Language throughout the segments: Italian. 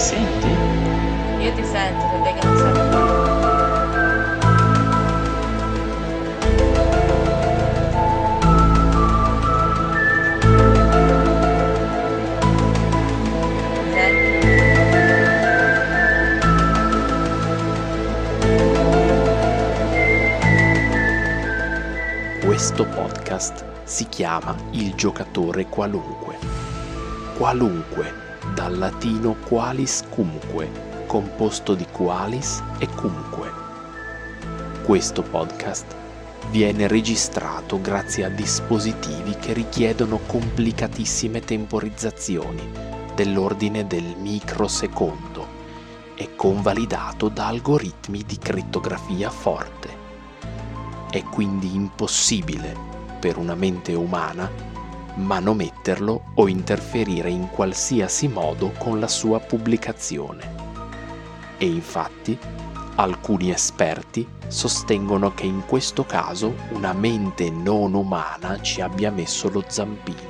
senti? Io ti sento, se te che non sento. Mi senti? Questo podcast si chiama Il giocatore qualunque. Qualunque, dal latino qualis cumque, composto di qualis e cumque. Questo podcast viene registrato grazie a dispositivi che richiedono complicatissime temporizzazioni dell'ordine del microsecondo e convalidato da algoritmi di crittografia forte. È quindi impossibile per una mente umana manometterlo o interferire in qualsiasi modo con la sua pubblicazione. E infatti, alcuni esperti sostengono che in questo caso una mente non umana ci abbia messo lo zampino.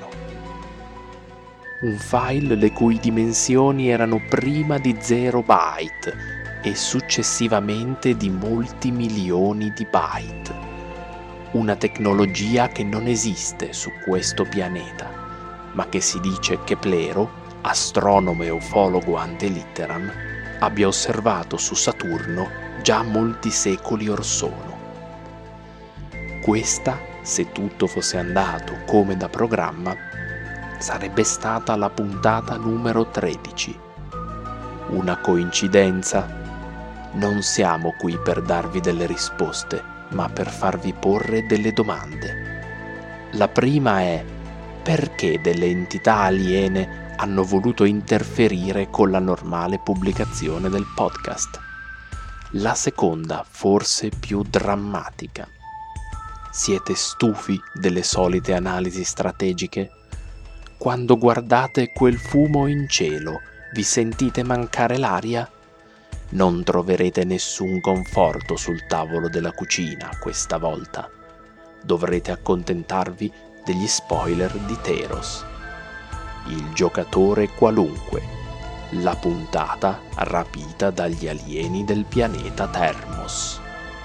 Un file le cui dimensioni erano prima di 0 byte e successivamente di molti milioni di byte. Una tecnologia che non esiste su questo pianeta, ma che si dice Keplero, astronomo e ufologo ante litteram, abbia osservato su Saturno già molti secoli or sono. Questa, se tutto fosse andato come da programma, sarebbe stata la puntata numero 13. Una coincidenza? Non siamo qui per darvi delle risposte, ma per farvi porre delle domande. La prima è: perché delle entità aliene hanno voluto interferire con la normale pubblicazione del podcast? La seconda, forse più drammatica: siete stufi delle solite analisi strategiche? Quando guardate quel fumo in cielo, vi sentite mancare l'aria? Non troverete nessun conforto sul tavolo della cucina questa volta. Dovrete accontentarvi degli spoiler di Theros. Il giocatore qualunque. La puntata rapita dagli alieni del pianeta Termos.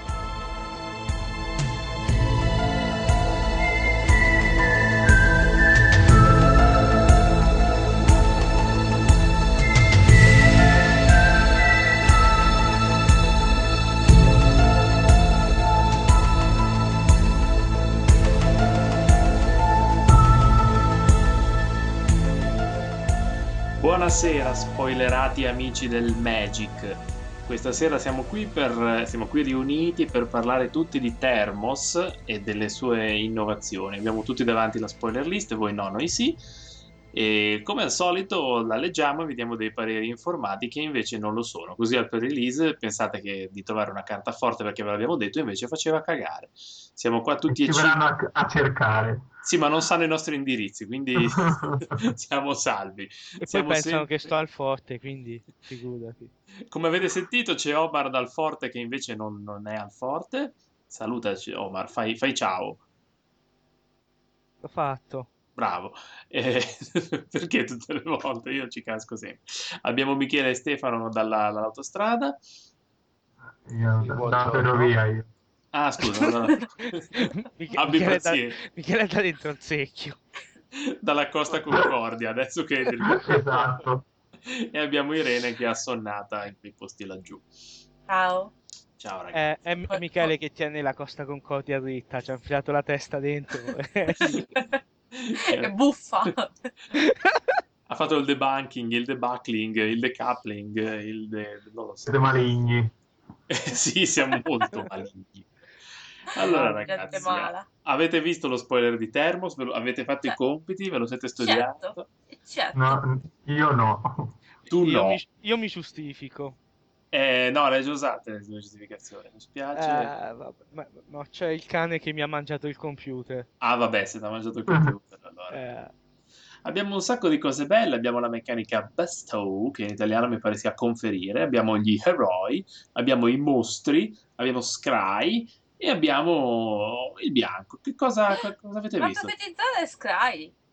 Buonasera, spoilerati amici del Magic. Questa sera siamo qui riuniti per parlare tutti di Termos e delle sue innovazioni. Abbiamo tutti davanti la spoiler list, voi no, noi sì. E come al solito la leggiamo e vediamo dei pareri informati che invece non lo sono. Così al pre-release pensate di trovare una carta forte perché ve l'abbiamo detto, invece faceva cagare. Siamo qua tutti ci verranno a cercare. Sì, ma non sanno i nostri indirizzi, quindi siamo salvi. E Siamo poi pensano sempre- che sto al forte, quindi figurati. Come avete sentito, c'è Omar dal forte che invece non è al forte. Salutaci, Omar, fai ciao. L'ho fatto. Bravo. Eh, perché tutte le volte io ci casco sempre. Abbiamo Michele e Stefano dall'autostrada. Io da ferrovia io. Ah, scusa, allora... abbi pazienza. Michele è da dentro il secchio. Dalla Costa Concordia, adesso che Esatto. E abbiamo Irene che è assonnata in quei posti laggiù. Ciao. Ciao ragazzi. È Michele che tiene la Costa Concordia dritta, ci ha infilato la testa dentro. È buffa. Ha fatto il debunking, il debuckling, il decoupling, non lo so. Siete maligni. Sì, siamo molto maligni. Allora Gente ragazzi, mala. avete visto lo spoiler di Termos? Avete fatto i Cioè, compiti? Ve lo siete studiato? Certo. No, io no. Tu no. Io mi giustifico. No, le hai già usate le tue giustificazioni, mi spiace. Vabbè, ma c'è il cane che mi ha mangiato il computer. Ah vabbè, se ti ha mangiato il computer allora. Abbiamo un sacco di cose belle, abbiamo la meccanica Bestow, che in italiano mi pare sia conferire, abbiamo gli eroi, abbiamo i mostri, abbiamo Scry e abbiamo il bianco. Che cosa avete Ma visto? profetizzare Scry.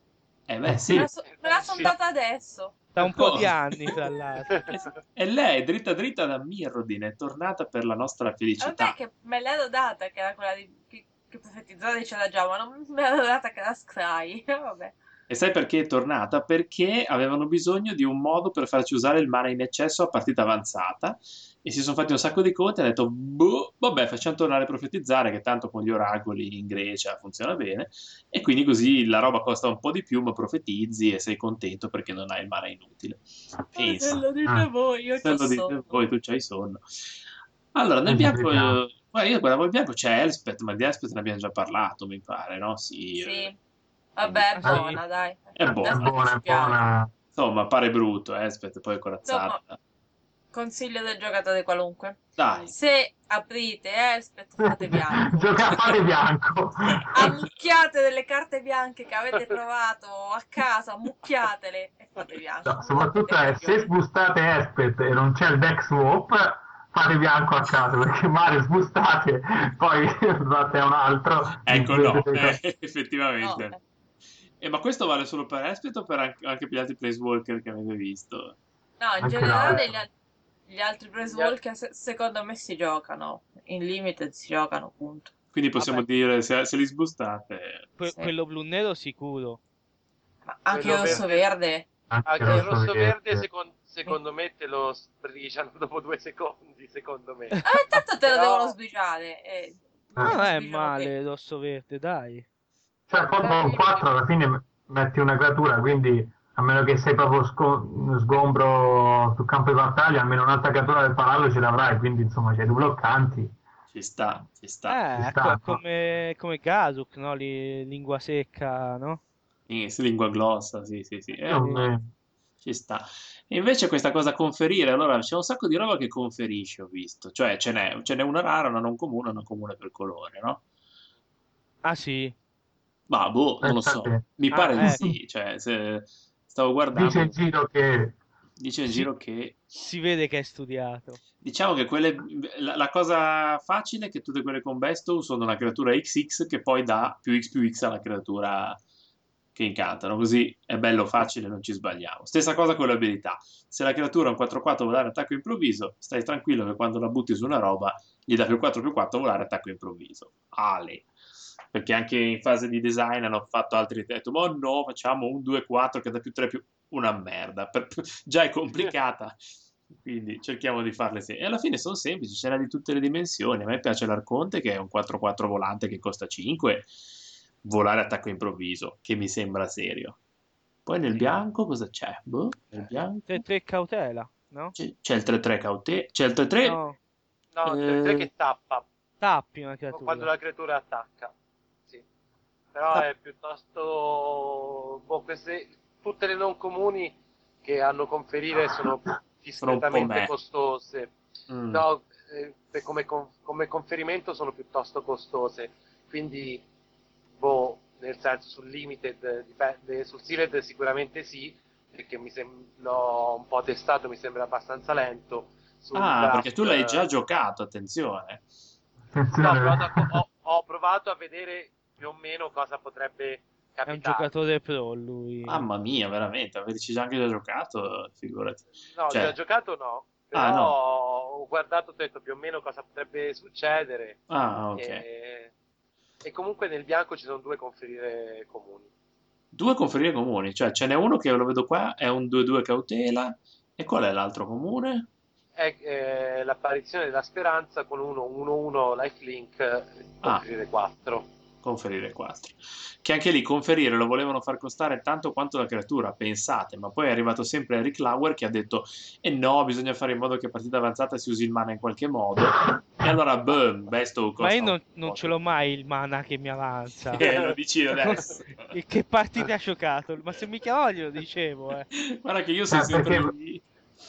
Sì. Me la sono data adesso. Da un po' di anni, tra l'altro. E lei, dritta dritta da Mirrodin, è tornata per la nostra felicità. Vabbè che me l'hanno data, che era quella che profetizzava c'era già, ma non me l'hanno data che era Scry. Vabbè. E sai perché è tornata? Perché avevano bisogno di un modo per farci usare il mana in eccesso a partita avanzata e si sono fatti un sacco di conti e hanno detto, boh, vabbè, facciamo tornare a profetizzare che tanto con gli oracoli in Grecia funziona bene e quindi così la roba costa un po' di più ma profetizzi e sei contento perché non hai il mana inutile. Se Pensa, lo dite voi, io se ci lo dite sono. voi, tu c'hai sonno. Allora, nel bianco, io guardavo il bianco, c'è Elspeth, ma di Elspeth ne abbiamo già parlato, mi pare, no? Sì. Sì. Vabbè, è buona, dai. È buona. È buona, è buona. Insomma, pare brutto, Elspeth, poi è Insomma, corazzata. consiglio del giocatore qualunque. Dai. Se aprite Elspeth, fate bianco. Fate bianco. Ammucchiate delle carte bianche che avete trovato a casa, ammucchiatele e fate bianco. No, soprattutto se sbustate Espet e non c'è il deck swap, fate bianco a caso, perché magari sbustate, poi fate un altro. Ecco, no, No, effettivamente. Ma questo vale solo per Elspeth o per anche per gli altri Planeswalker che avete visto? no, in Anche generale l'altro. gli altri Planeswalker secondo me si giocano. In limited si giocano, punto. Quindi possiamo Vabbè. dire, se li sbustate... Sì. Quello blu-nero sicuro. Ma anche Quello il rosso-verde. Anche il rosso-verde secondo me te lo sbriciano dopo 2 secondi, secondo me. Tanto te lo Però- devono sbriciare. Non è Sbriciano male te. il rosso-verde, dai. Cioè, poi con 4 alla fine metti una creatura, quindi a meno che sei proprio sgombro sul campo di battaglia, almeno un'altra creatura del parallo ce l'avrai, quindi insomma c'hai due bloccanti. Ci sta, ci sta. Ci sta, no? come Gazuk, no? Lingua secca, no? Sì, lingua glossa, sì. Io, Ci sta. E invece questa cosa conferire, allora c'è un sacco di roba che conferisce, ho visto. Cioè ce n'è una rara, una non comune, una comune per colore, no? Ah sì, Ma boh, non lo so. Pensate. Mi pare di ecco. sì. Cioè, stavo guardando, dice in giro che dice in Sì. giro che... si vede che è studiato. Diciamo che la cosa facile è che tutte quelle con Bestow sono una creatura XX che poi dà più X alla creatura che incantano, così è bello facile, non ci sbagliamo. Stessa cosa con le abilità. Se la creatura ha un 4-4 volare attacco improvviso, stai tranquillo che quando la butti su una roba gli dà più 4/4 volare attacco improvviso. Ale. Perché anche in fase di design hanno fatto altri detto, ma no, facciamo un 2-4 che dà più 3 più una merda. Già è complicata. Quindi cerchiamo di farle e alla fine sono semplici, ce n'è di tutte le dimensioni. A me piace l'Arconte che è un 4/4 volante che costa 5, volare attacco improvviso, che mi sembra serio. Poi nel bianco cosa c'è? Boh, nel bianco 3 cautela, no? c'è il 3-3 caute, c'è il 3-3 No, No, il 3 che tappa tappi una creatura. quando la creatura attacca. Sì. Però Tapp- è piuttosto... tutte le non comuni che hanno conferire sono discretamente meh. costose. Mm. No, come conferimento sono piuttosto costose. Quindi, nel senso sul limited, dipende, sul sealed sicuramente sì, perché l'ho un po' testato, mi sembra abbastanza lento. Sul draft, Perché tu l'hai già giocato, attenzione. no, attenzione, ho provato a vedere più o meno cosa potrebbe È un capitare. giocatore pro lui. Mamma mia, veramente, avete anche già giocato, figurati. No, Cioè, già giocato no, però Ah, no. ho guardato, ho detto più o meno cosa potrebbe succedere. ok. E comunque nel bianco ci sono 2 conferire comuni. 2 conferire comuni, cioè ce n'è uno che lo vedo qua, è un 2-2 cautela, e qual è l'altro comune? È l'apparizione della speranza con 1-1 lifelink, conferire 4. Conferire 4. Che anche lì conferire lo volevano far costare tanto quanto la creatura, pensate, ma poi è arrivato sempre Eric Lauer che ha detto no, bisogna fare in modo che a partita avanzata si usi il mana in qualche modo, e allora boom, Bestow costa Ma io un non po'. ce l'ho mai il mana che mi avanza. Lo dici adesso. E che partite ha giocato? Ma se mi chiamavo glielo dicevo, Guarda che io sono sempre perché- lì.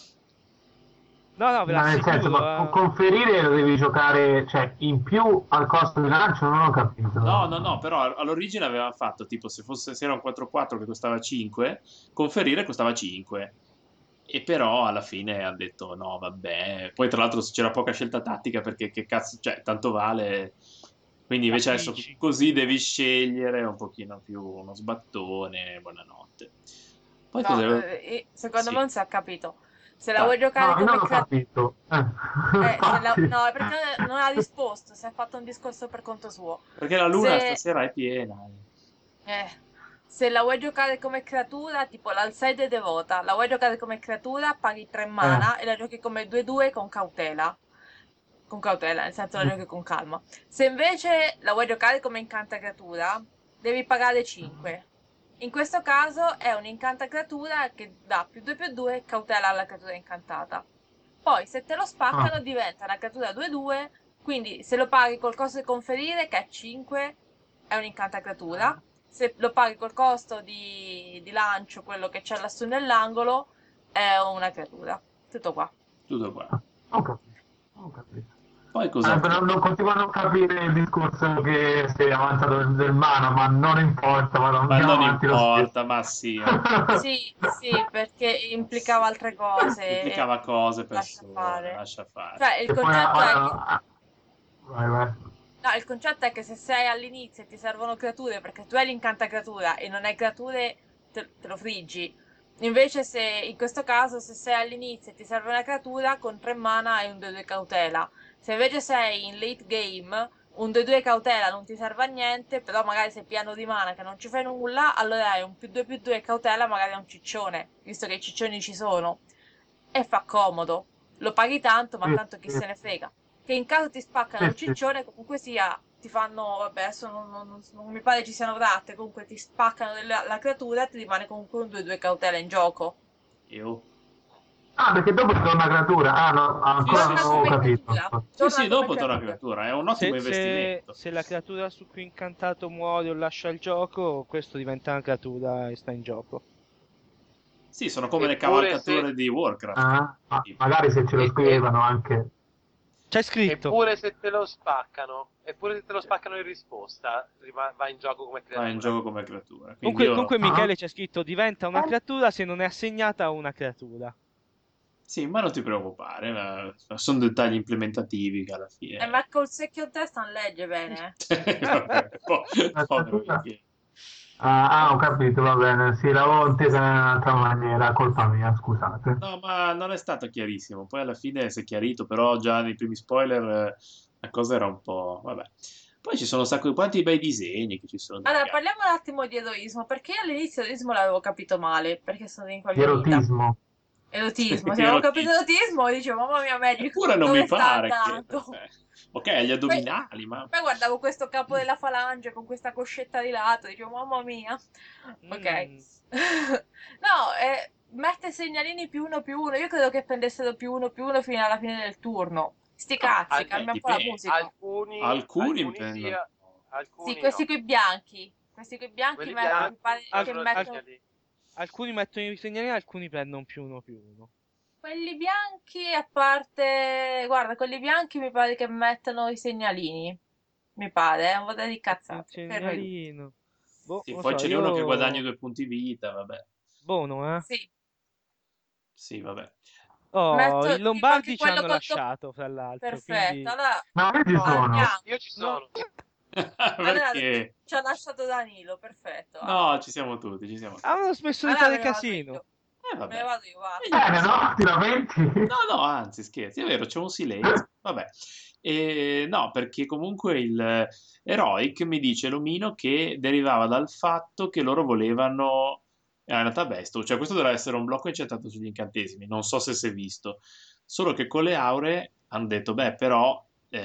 No, ve ma nel senso, l'assicuro. ma conferire lo devi giocare, cioè, in più al costo di lancio, non ho capito. No, però all'origine aveva fatto tipo se era un 4-4 che costava 5, conferire costava 5. E però alla fine ha detto no, vabbè. Poi tra l'altro c'era poca scelta tattica perché che cazzo, cioè, tanto vale. Quindi invece adesso Capisci. così devi scegliere un pochino più uno sbattone, buonanotte. notte. Poi No, cosa secondo Sì. me non si è capito. Se la Dai. vuoi giocare No, io come non ho capito. Infatti. no, è perché non ha risposto, si è fatto un discorso per conto suo. Perché la luna Se, stasera è piena. eh, se la vuoi giocare come creatura, tipo l'Alcide è devota, la vuoi giocare come creatura, paghi 3 mana e la giochi come 2-2 con cautela. Con cautela, nel senso la giochi con calma. Se invece la vuoi giocare come incanta creatura, devi pagare 5. In questo caso è un'incanta creatura che dà +2/+2 cautela alla creatura incantata. Poi se te lo spaccano Ah. diventa una creatura 2-2, quindi se lo paghi col costo di conferire, che è 5, è un'incanta creatura. Se lo paghi col costo di lancio, quello che c'è lassù nell'angolo, è una creatura. Tutto qua. Tutto qua. Ho capito. Ho capito. Poi cosa Però non continuo a non capire il discorso che sei avanzato del mana, ma non importa, Ma andiamo non avanti lo importa, ma sì. Sì, sì, perché implicava altre cose. Implicava cose, Lascia persone, fare. lascia fare. Cioè, il E poi concetto è che... vai. No, il concetto è che se sei all'inizio e ti servono creature perché tu hai l'incanta creatura e non hai creature, te lo friggi. Invece se in questo caso se sei all'inizio e ti serve una creatura, con 3 mana hai un 2-2 cautela. Se invece sei in late game, un 2-2 cautela non ti serve a niente, però magari sei pieno di mana che non ci fai nulla, allora hai un +2/+2 cautela magari a un ciccione, visto che i ciccioni ci sono. E fa comodo. Lo paghi tanto, ma Sì, tanto chi sì, se ne frega. Che in caso ti spaccano il sì, sì. ciccione, comunque sia, ti fanno, vabbè, adesso non mi pare ci siano vratte, comunque ti spaccano la creatura e ti rimane comunque un 2-2 cautela in gioco. Io. Ah, perché dopo c'è una creatura. Ah, no, ancora Sì, non Torna sì, avevo come sì. creatura. capito. Sì, Torna sì, come dopo torna la creatura. creatura, è un ottimo Se, investimento. se la creatura su cui incantato muore o lascia il gioco, questo diventa una creatura e sta in gioco. Sì, sono come le Eppure cavalcature se, di Warcraft. Tipo. Magari se ce lo e- e- spiegano anche. C'è scritto. eppure se te lo spaccano, in risposta, va in gioco come Va in creatura. gioco come creatura. Quindi Comunque, io... comunque Ah. Michele c'è scritto diventa una creatura se non è assegnata a una creatura. Sì, ma non ti preoccupare, sono dettagli implementativi che alla fine... Ma col secchio in testa non legge bene. Vabbè, La povero creatura. Michele. Ho capito, va bene. Sì, l'avevo intesa in un'altra maniera, colpa mia, scusate. No, ma non è stato chiarissimo. Poi alla fine si è chiarito, però già nei primi spoiler la cosa era un po'... Vabbè. Poi ci sono un sacco di quanti bei disegni che ci sono dei Allora, ragazzi. parliamo un attimo di eroismo, perché io all'inizio eroismo l'avevo capito male, perché sono Di rincoglionita. erotismo. Erotismo, Sì, se avevo capito erotismo. erotismo, dicevo, mamma mia, Magic, Eppure non mi dove sta pare che... andando? Ok, gli Poi, addominali, ma... poi guardavo questo capo della falange con questa coscetta di lato, dicevo, mamma mia. Ok. Mm. No, mette segnalini +1/+1, io credo che prendessero +1/+1 fino alla fine del turno. Sti cazzi, cambia un po' la dipende. musica. Alcuni Sì, alcuni questi no. qui bianchi. Questi qui bianchi Quelli mettono, mi pare bianchi che sono mettono... segnalini. Alcuni mettono i segnali, alcuni prendono +1/+1. Quelli bianchi, a parte... Guarda, quelli bianchi mi pare che mettano i segnalini. Mi pare, non vorrei di Un cazzate. Fermi tutti. segnalino. Boh, Sì, non poi so, ce n'è uno che io... guadagna 2 punti vita, vabbè. Buono, eh? Sì, Sì, vabbè. Oh, metto i tipo anche Lombardi ci quello hanno col lasciato, fra l'altro, Perfetto, quindi... allora... Ma io ci No, sono. Andiamo. io ci sono. Allora, Perché? ci ha lasciato Danilo, perfetto. No, ci siamo tutti, ci siamo tutti. Hanno smesso di Allora fare me ne vado casino. io. Me ne Vabbè. vado io, va. Bene, no? Ti lamenti? No, anzi, scherzi, è vero, c'è un silenzio. Vabbè. No, perché comunque il Heroic mi dice Lumino che derivava dal fatto che loro volevano... in realtà Besto, cioè questo doveva essere un blocco incentrato sugli incantesimi, non so se si è visto. Solo che con le auree hanno detto, beh, però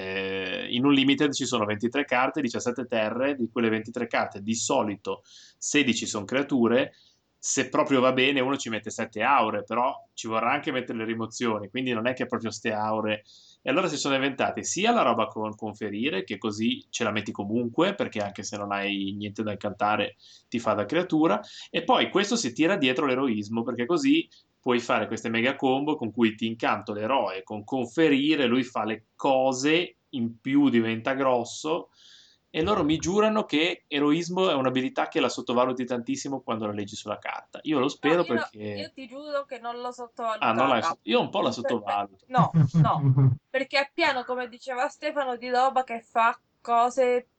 in un limited ci sono 23 carte, 17 terre, di quelle 23 carte di solito 16 sono creature, se proprio va bene uno ci mette 7 aure, però ci vorrà anche mettere le rimozioni, quindi non è che proprio ste aure. E allora si sono inventati sia la roba con conferire, che così ce la metti comunque, perché anche se non hai niente da incantare ti fa da creatura, e poi questo si tira dietro l'eroismo, perché così puoi fare queste mega combo con cui ti incanto l'eroe con conferire, lui fa le cose, in più diventa grosso, e loro mi giurano che eroismo è un'abilità che la sottovaluti tantissimo quando la leggi sulla carta. Io lo No, spero io perché... ti giuro che non l'ho Ah, non sottovalutata. io un po' la Per- sottovaluto. no, no, perché è pieno, come diceva Stefano, di roba che fa cose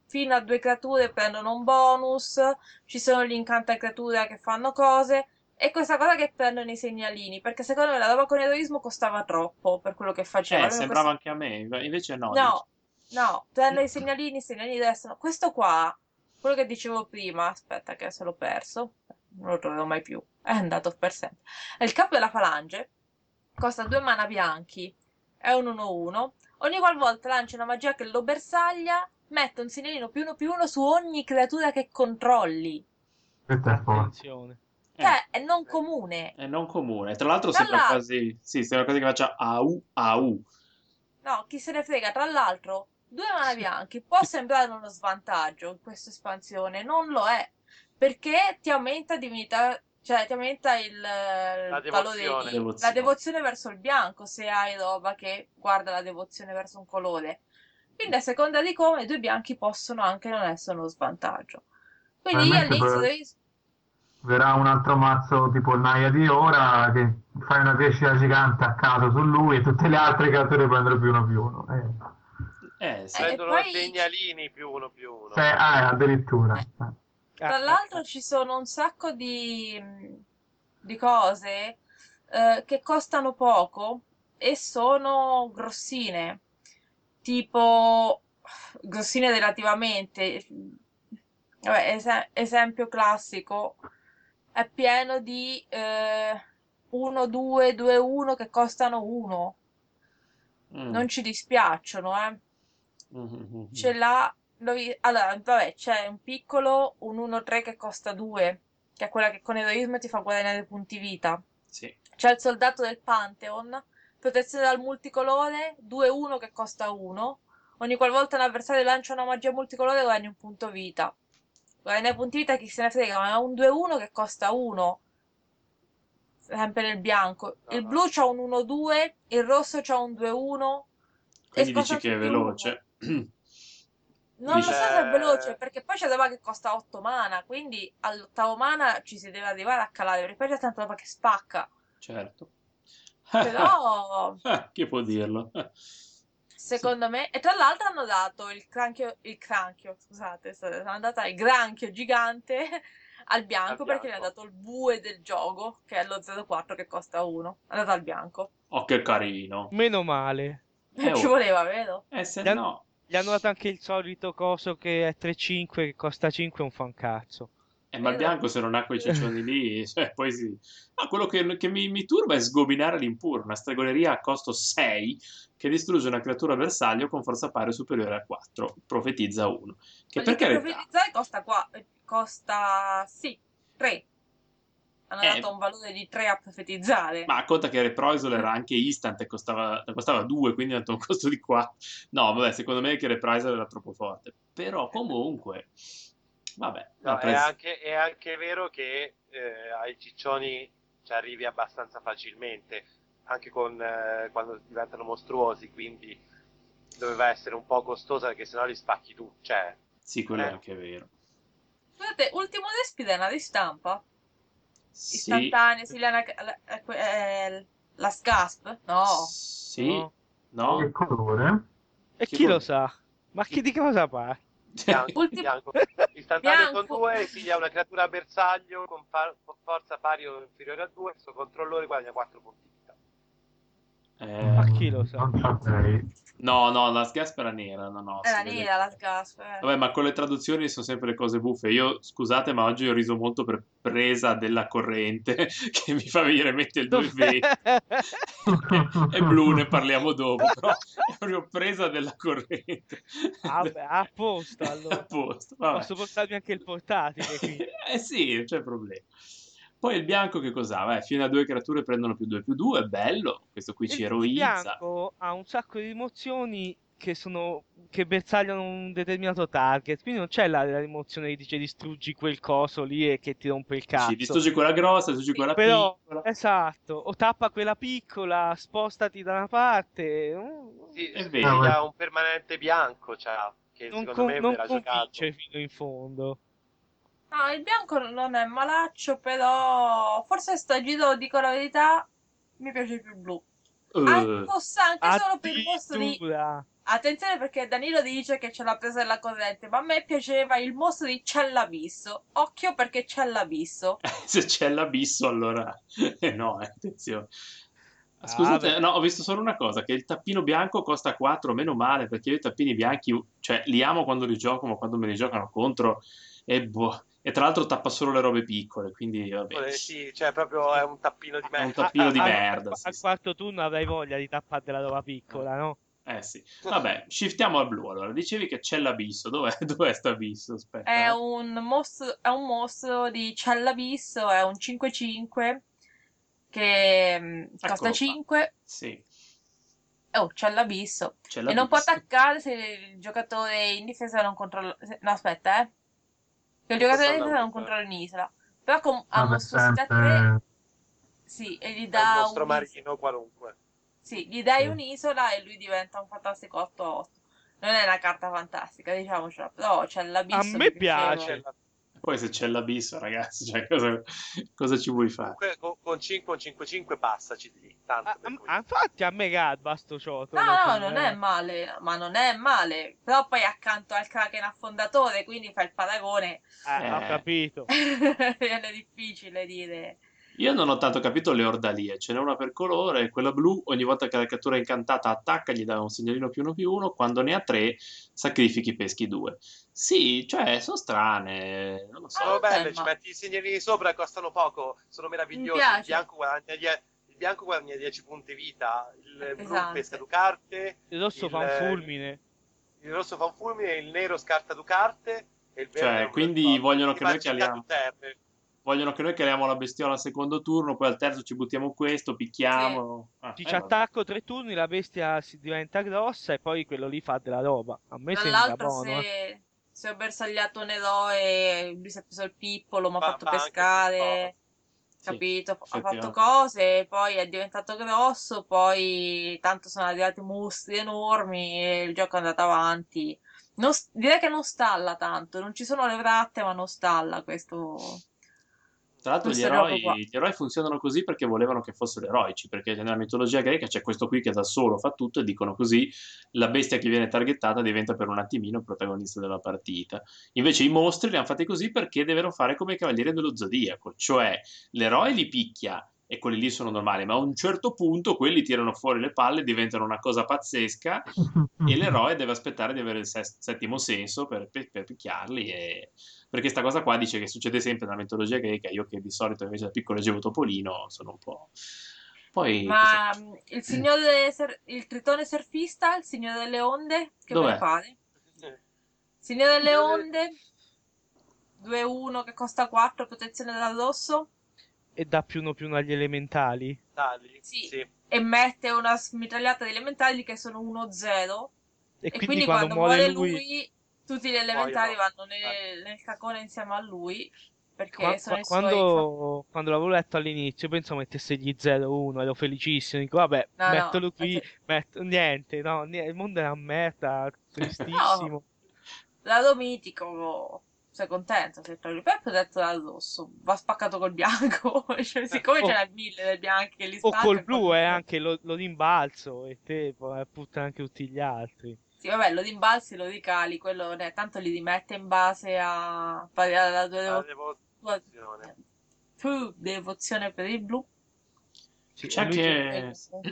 fino a 2 creature prendono un bonus, ci sono gli incantacreatura che fanno cose, e questa cosa che prendono i segnalini, perché secondo me la roba con eroismo costava troppo per quello che faceva. Almeno Sembrava anche a me, invece no, dici. No, no, prendo i segnalini restano. Questo qua, quello che dicevo prima, aspetta che adesso l'ho perso, non lo troverò mai più, è andato per sempre. È il capo della falange, costa 2 mana bianchi, è un 1-1. Ogni qualvolta lancia una magia che lo bersaglia, mette un segnalino +1/+1 su ogni creatura che controlli. Questo è forte. Attenzione. Cioè, è non comune. È non comune. Tra l'altro Tra sembra l'altro, quasi... Sì, sembra quasi che faccia AU, AU. no, chi se ne frega. Tra l'altro, 2 mana bianchi può sembrare uno svantaggio in questa espansione, non lo è, perché ti aumenta divinità, cioè ti aumenta il valore devozione. la devozione verso il bianco, se hai roba che guarda la devozione verso un colore. Quindi a seconda di come, i 2 bianchi possono anche non essere uno svantaggio. Quindi io Probabilmente all'inizio poi dovevi... verrà un altro mazzo tipo il Naya di ora che fai una crescita gigante a caso su lui e tutte le altre creature prendono +1/+1. Sì. e Prendono poi segnalini +1/+1. Addirittura. tra l'altro ci sono un sacco di cose che costano poco e sono grossine, tipo grossine relativamente. Vabbè, esempio classico, è pieno di 1, 2, 2, 1 che costano 1. Non ci dispiacciono, eh. Mm. Ce l'ha. Allora, vabbè, c'è un piccolo, un 1-3 che costa 2, che è quella che con eroismo ti fa guadagnare punti vita. Sì. C'è il soldato del Pantheon, protezione dal multicolore, 2-1 che costa 1. Ogni qualvolta un avversario lancia una magia multicolore guadagni un punto vita. Guadagna punti vita chi se ne frega, ma è un 2-1 che costa 1. Sempre nel bianco. Il blu c'ha un 1-2, il rosso c'ha un 2-1. Quindi E dici costano che è tutti 1. veloce. Non lo so se è veloce, Eh, perché poi c'è roba che costa 8 mana, quindi all'8avo mana ci si deve arrivare a calare, perché poi c'è tanta roba che spacca. Certo. Però, Chi può dirlo? Sì. secondo me, e tra l'altro hanno dato il cranchio, scusate, sono andata al granchio gigante al bianco, perché gli hanno dato il bue del gioco, che è lo 0-4 che costa 1. È andato al bianco. Oh, che carino. Meno male. Ci voleva, vero? Se Gli, han- no... gli hanno dato anche il solito coso che è 3-5, che costa 5, un fancazzo. Ma il Vero? bianco se non ha quei ciccioni lì, cioè, poi sì. Ma quello che mi turba è sgominare l'impuro, una stregoneria a costo 6 che distrugge una creatura bersaglio con forza pari o superiore a 4, profetizza 1. Che per Quelli che carità, profetizzare costa, sì, 3. Hanno dato un valore di 3 a profetizzare. ma conta che Reprisal era anche instant e costava 2, quindi ha dato un costo di 4. No, vabbè, secondo me che Reprisal era troppo forte. Però comunque, vabbè. no, è anche vero che ai ciccioni ci arrivi abbastanza facilmente, anche quando diventano mostruosi, quindi doveva essere un po' costosa perché sennò li spacchi tu. Cioè, Sì, quello è anche vero. Scusate, ultimo Despida è una ristampa? Sì, Istantanea, sì, la SCASP? No. sì, No. Che no? colore? E Che chi vuol- lo sa? Ma Chi- di che cosa parli? bianco. Istantaneo con Bianco. 2 esiglia una creatura bersaglio con forza pari o inferiore a 2, il suo controllore guadagna 4 punti vita. Ma chi lo sa? Non saprei. No, la Sgasp era nera, no, Era si vede. nera la SCASP. Vabbè, ma con le traduzioni sono sempre le cose buffe. Io, scusate, ma oggi ho riso molto per presa della corrente, che mi fa venire in mente il 220. È blu, ne parliamo dopo, però è proprio presa della corrente. Vabbè, a posto allora. A posto, vabbè. Posso portarmi anche il portatile qui. Sì, non c'è problema. Poi il bianco che cos'ha? Fino a 2 creature prendono +2/+2, è bello, questo qui ci Il eroizza. bianco ha un sacco di rimozioni che bersagliano un determinato target, quindi non c'è la rimozione che dice distruggi quel coso lì e che ti rompe il cazzo. Sì, distruggi quella grossa, distruggi Sì, quella Però, piccola. esatto, o tappa quella piccola, spostati da una parte. Sì, È sì, vero. ha un permanente bianco, cioè, che Non, secondo me non verrà giocato. convince fino in fondo. no, il bianco non è malaccio, però forse sto giro, dico la verità, mi piace più il blu. Anche solo per il mostro di... Addirittura. Attenzione perché Danilo dice che ce l'ha presa della corrente, ma a me piaceva il mostro di C'è l'abisso. Occhio perché c'è l'abisso. Se c'è l'abisso, allora no, attenzione. Ah, Scusate, beh. no, ho visto solo una cosa, che il tappino bianco costa 4, meno male, perché io i tappini bianchi, cioè, li amo quando li gioco, ma quando me li giocano contro, e tra l'altro tappa solo le robe piccole, quindi vabbè. Sì, cioè proprio è un tappino di È un merda. tappino di Al- merda, sì, al sì. quarto turno avrai voglia di tappare della roba piccola, no? Sì. Vabbè, shiftiamo al blu, allora. Dicevi che c'è l'abisso, dov'è sto abisso? È Aspetta, eh. un mostro di C'è l'abisso, è un 5-5 che costa Eccolo qua. 5. Sì, Oh, c'è l'abisso. c'è E non può l'abisso. attaccare se il giocatore in difesa non controlla... No, aspetta, eh. Che il Non giocatore posso in difesa non andare controlla un'isola. Però ha Ma per mostrosità 3, sempre... sì, e gli È un dà mostro un'isola. marino qualunque. Sì, gli dai Sì. un'isola e lui diventa un fantastico 8-8. Non è una carta fantastica, diciamocelo, però c'è A l'abisso, me mi piaceva. piace. Poi se c'è l'abisso, ragazzi, cioè, cosa ci vuoi fare? Comunque con 5 un 5-5 passaci di tanto per cui. Infatti a me garba sto ciotolo. No, non è male, ma non è male. Però poi accanto al Kraken affondatore, quindi fai il paragone, Ho Eh, capito. viene difficile dire. Io non ho tanto capito le ordalie, ce n'è una per colore, quella blu ogni volta che la cattura è incantata attacca, gli dà un segnalino +1/+1, quando ne ha 3 sacrifichi peschi 2. Sì, cioè sono strane, non lo so. Sono non è belle, ci male. metti i segnalini sopra, costano poco, sono Mi meravigliosi. piace. Il bianco guadagna 10 punti vita, il blu Pesante. pesca 2 carte, Il rosso fa un fulmine. il rosso fa un fulmine, il nero scarta 2 carte e il verde Cioè, non me lo quindi ricordo. vogliono Mi che fa noi città caliamo. più terre. Vogliono che noi caliamo la bestiola al secondo turno, poi al terzo ci buttiamo questo, picchiamo. Ti Vabbè. attacco 3 turni, la bestia si diventa grossa e poi quello lì fa della roba. A me Tra sembra l'altro, buono, se ho bersagliato un eroe, lui si è preso il pippolo, mi ha fatto Fa anche queste pescare, Sì, capito? Ha fatto effettivamente. cose, poi è diventato grosso, poi tanto sono arrivati mostri enormi e il gioco è andato avanti. Direi che non stalla tanto, non ci sono le vratte, ma non stalla Tra l'altro questo gioco qua. gli eroi funzionano così perché volevano che fossero eroici, perché nella mitologia greca c'è questo qui che da solo fa tutto e dicono così la bestia che viene targettata diventa per un attimino il protagonista della partita. Invece i mostri li hanno fatti così perché devono fare come i Cavalieri dello Zodiaco, cioè l'eroe li picchia e quelli lì sono normali, ma a un certo punto quelli tirano fuori le palle, diventano una cosa pazzesca e l'eroe deve aspettare di avere il settimo senso per picchiarli perché sta cosa qua dice che succede sempre nella mitologia greca, io che di solito invece da piccolo leggevo Topolino sono un po'... Poi... Ma il tritone surfista, il signore delle onde, che vuole Dov'è? fare? Signore delle onde, 2-1 che costa 4, protezione dal rosso. E dà +1/+1 agli elementali. Tali? Sì. Sì. E mette una mitragliata di elementali che sono 1-0. E E quindi quindi quando quando muore muore lui, lui, tutti gli elementari Muoiono. vanno nel cacone insieme a lui. Perché qua- sono qua- i suoi... quando l'avevo letto all'inizio, pensavo mettesse gli 0-1, ero felicissimo. Dico, vabbè, No, metto no. lui qui, niente, no, il mondo è una merda, tristissimo. No, Lado mitico, sei contento se togli. Poi è protetto dal rosso, va spaccato col bianco. Cioè, siccome Oh. ce n'è 1000 del bianchi che li O spacca, col blu col è anche lo rimbalzo e te poi puttana anche tutti gli altri. Sì, vabbè, lo rimbalzi, lo ricali, quello tanto li rimette in base alla tua La tua- devozione. devozione per il blu. Sì, C'è e lui anche...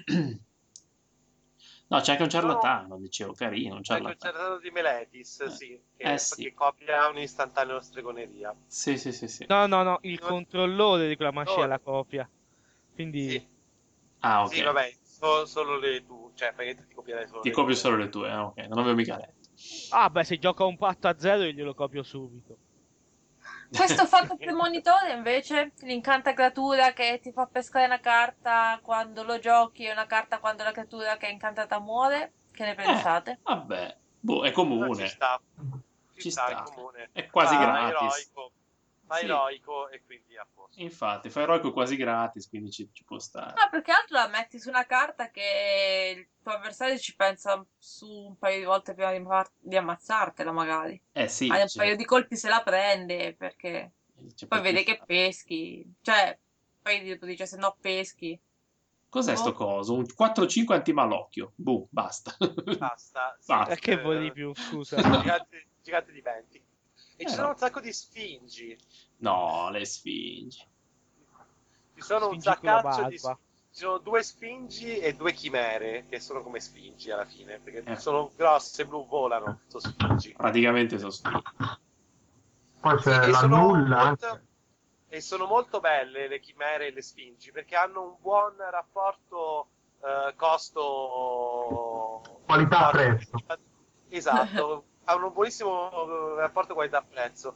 No, c'è anche un ciarlatano, dicevo, carino, un C'è anche il ciarlatano. cercato di Meletis, sì, che, Sì. che copia un'istantanea stregoneria. Sì, sì, sì, sì. No, il controllore di quella magia la copia. Quindi Sì, Ah, ok. sì, vabbè, solo le tue, cioè praticamente ti copierai solo Ti le copio tue. solo le tue, ok, non avevo mica letto. beh, se gioca un patto a 0 io glielo copio subito. Questo fatto premonitore invece, l'incanta creatura che ti fa pescare una carta quando lo giochi e una carta quando la creatura che è incantata muore. Che ne pensate? Vabbè, boh, è Però comune. ci sta, Ci sta, sta. è comune. È quasi Fa gratis. Sì. eroico e quindi a posto. Infatti, fa eroico quasi gratis, quindi ci può stare. No, perché altro la metti su una carta che il tuo avversario ci pensa su un paio di volte prima di ammazzartela, magari. Sì, Hai un paio di colpi se la prende, perché c'è poi più vede che sta. peschi. Cioè, poi dopo dice se no peschi. Cos'è sto coso? Un 4-5 antimalocchio. Boh, basta. Basta. Sì, Basta. Che vuoi di più, scusa? gigante di venti. E ci sono un sacco di sfingi. No, le sfingi. Ci sono un Sfingi con la saccaccio di barba. ci sono 2 sfingi e 2 chimere che sono come sfingi alla fine, perché Eh. sono grosse, blu, volano, sono sfingi. Praticamente sono sfingi. Poi Sì, c'è e la sono nulla. molto, e sono molto belle le chimere e le sfingi perché hanno un buon rapporto costo Qualità-prezzo. Esatto, hanno un buonissimo rapporto qualità-prezzo.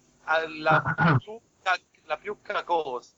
La più cacosa,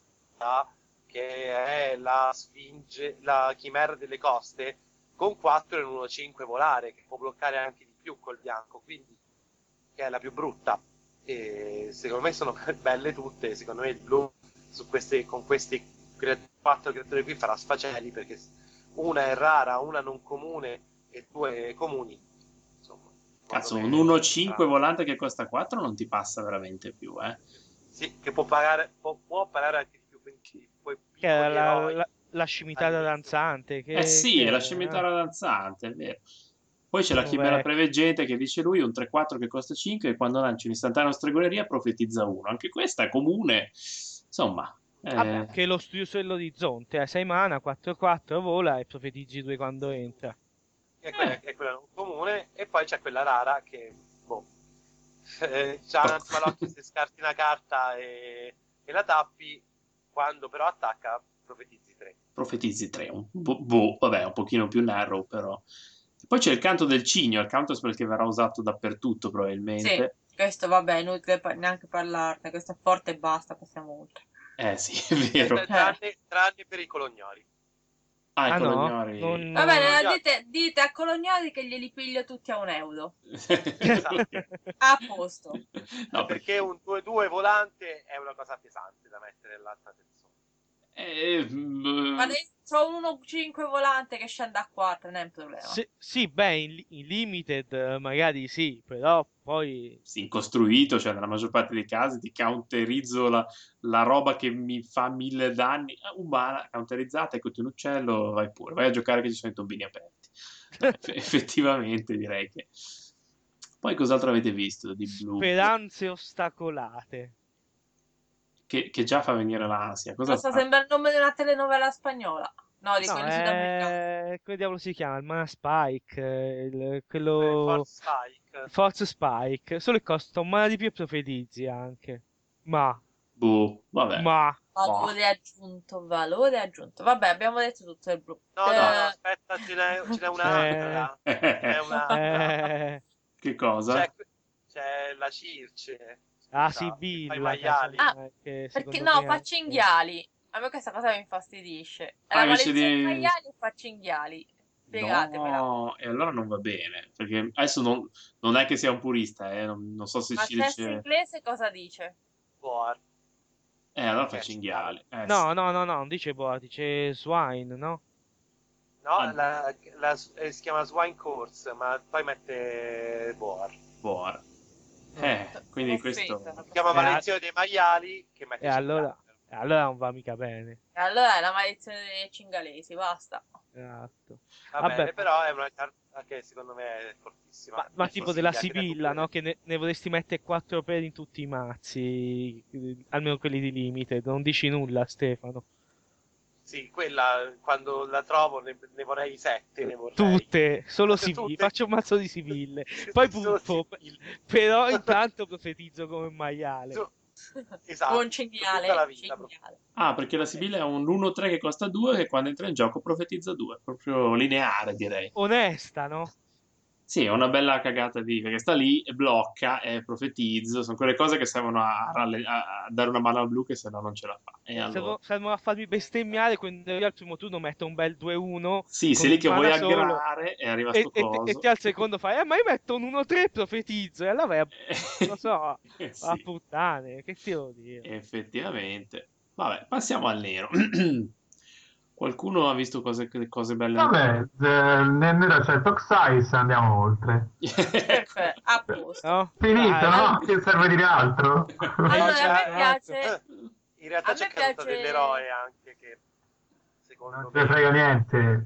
che è la sfinge, la chimera delle coste, con 4 in 1.5 volare, che può bloccare anche di più col bianco, quindi che è la più brutta. E secondo me sono belle tutte. Secondo me il blu con questi 4 creature qui farà sfaceli, perché una è rara, una non comune e 2 comuni. Insomma, Cazzo, un secondo me 1-5 sarà- volante che costa 4 non ti passa veramente più, eh? Sì, che può pagare anche di più, quindi quei Che era piccoli eroi. la scimitata all'inizio. danzante. Sì, che è la è, scimitarra danzante, è vero. Poi c'è la chimera Vabbè. preveggente che dice lui, un 3-4 che costa 5 e quando lancia un'istantanea stregoneria profetizza 1. Anche questa è comune. Insomma, Vabbè, che è lo studio dell'orizzonte. A 6 mana, 4-4 vola e profetizzi 2 quando entra. È quella non comune, e poi c'è quella rara che, boh, c'ha un antimalocchio se scarti una carta e la tappi, quando però attacca profetizzi 3. profetizzi 3. Vabbè, un pochino più narrow però. E poi c'è il canto del cigno, il counter spell che verrà usato dappertutto Sì, probabilmente. questo vabbè, inutile neanche parlarne, questo è forte e basta, passiamo oltre. Sì, è vero. Tranne per i colognori. Ah, i Ah no? colognori. Va bene, Colognori. dite a Colognoli che glieli piglio tutti a €1. Esatto. A posto. No, Perché un 2-2 volante è una cosa pesante da mettere nell'altra persona. Ma c'ho un 1-5 volante che scende a 4, non è un problema. Sì, beh, in limited magari sì, però poi... Sì, costruito, cioè nella maggior parte dei casi ti counterizzo la roba che mi fa 1000 danni, umana, counterizzata, ecco un uccello, vai pure, vai a giocare che ci sono i tombini aperti. No, effettivamente direi che... Poi cos'altro avete visto di blu? Speranze ostacolate. Che già fa venire l'ansia. Cosa Questo fa? sembra il nome di una telenovela spagnola. No, di No, quelli sudamericani. come diavolo si chiama? Il Mana Spike, quello... Force Spike. Force Spike, solo che costa un mana di più e profetizzi anche. Ma, Vabbè. Valore aggiunto, valore aggiunto. Vabbè, abbiamo detto tutto del blu. No, aspetta, ce n'è un'altra. Ce n'è un'altra. Che cosa? C'è la Circe. Sibilla, I maiali. Perché no, fa cinghiali. A me questa cosa mi infastidisce. È la invece maledizione di- dei maiali e fa cinghiali. Spiegatemela. No, e allora non va bene, perché adesso non è che sia un purista, non so se Ma ci il testo dice... inglese cosa dice? Boar. Allora fa cinghiale. No, non dice boa, dice swine, no? No, si chiama Swine Course, ma poi mette Boar. Boar. Quindi questo... Si chiama Maledizione dei maiali, che mette E allora non va mica bene. E allora è la maledizione dei cingalesi, basta. Esatto. Va Vabbè. bene, però è una carta che secondo me è fortissima. Ma tipo della Consiglia Sibilla, no? creature. Che ne vorresti mettere 4 per in tutti i mazzi, almeno quelli di Limited. Non dici nulla, Stefano. Sì, quella quando la trovo ne vorrei 7, ne vorrei. Tutte, solo Tutte. Sibille. Faccio un mazzo di Sibille. Poi Solo puffo. Sibille. Però intanto profetizzo come un maiale. Esatto. Buon cinghiale. Tutta la vita, perché la Sibilla è un 1-3 che costa 2 e quando entra in gioco profetizza 2. Proprio lineare, direi. Onesta, no? Sì, è una bella cagata perché sta lì e blocca e profetizzo. Sono quelle cose che servono a dare una mano al blu che se no non ce la fa. E allora... Servono a farmi bestemmiare quando io al primo turno metto un bel 2-1. Sì, sei lì che vuoi aggrare e arriva sto coso. E te al secondo fai, ma io metto un 1-3 profetizzo. E allora vai non so, sì. a puttane, che ti devo dire? Effettivamente. Vabbè, passiamo al nero. Qualcuno ha visto cose belle? Vabbè, nel nero c'è il Toxize, andiamo oltre. Perfetto, a posto. No? Finito, no? Che serve dire altro? Allora, a me piace... In realtà A c'è me caduta piace- dell'eroe anche che secondo Non me. ne frega niente.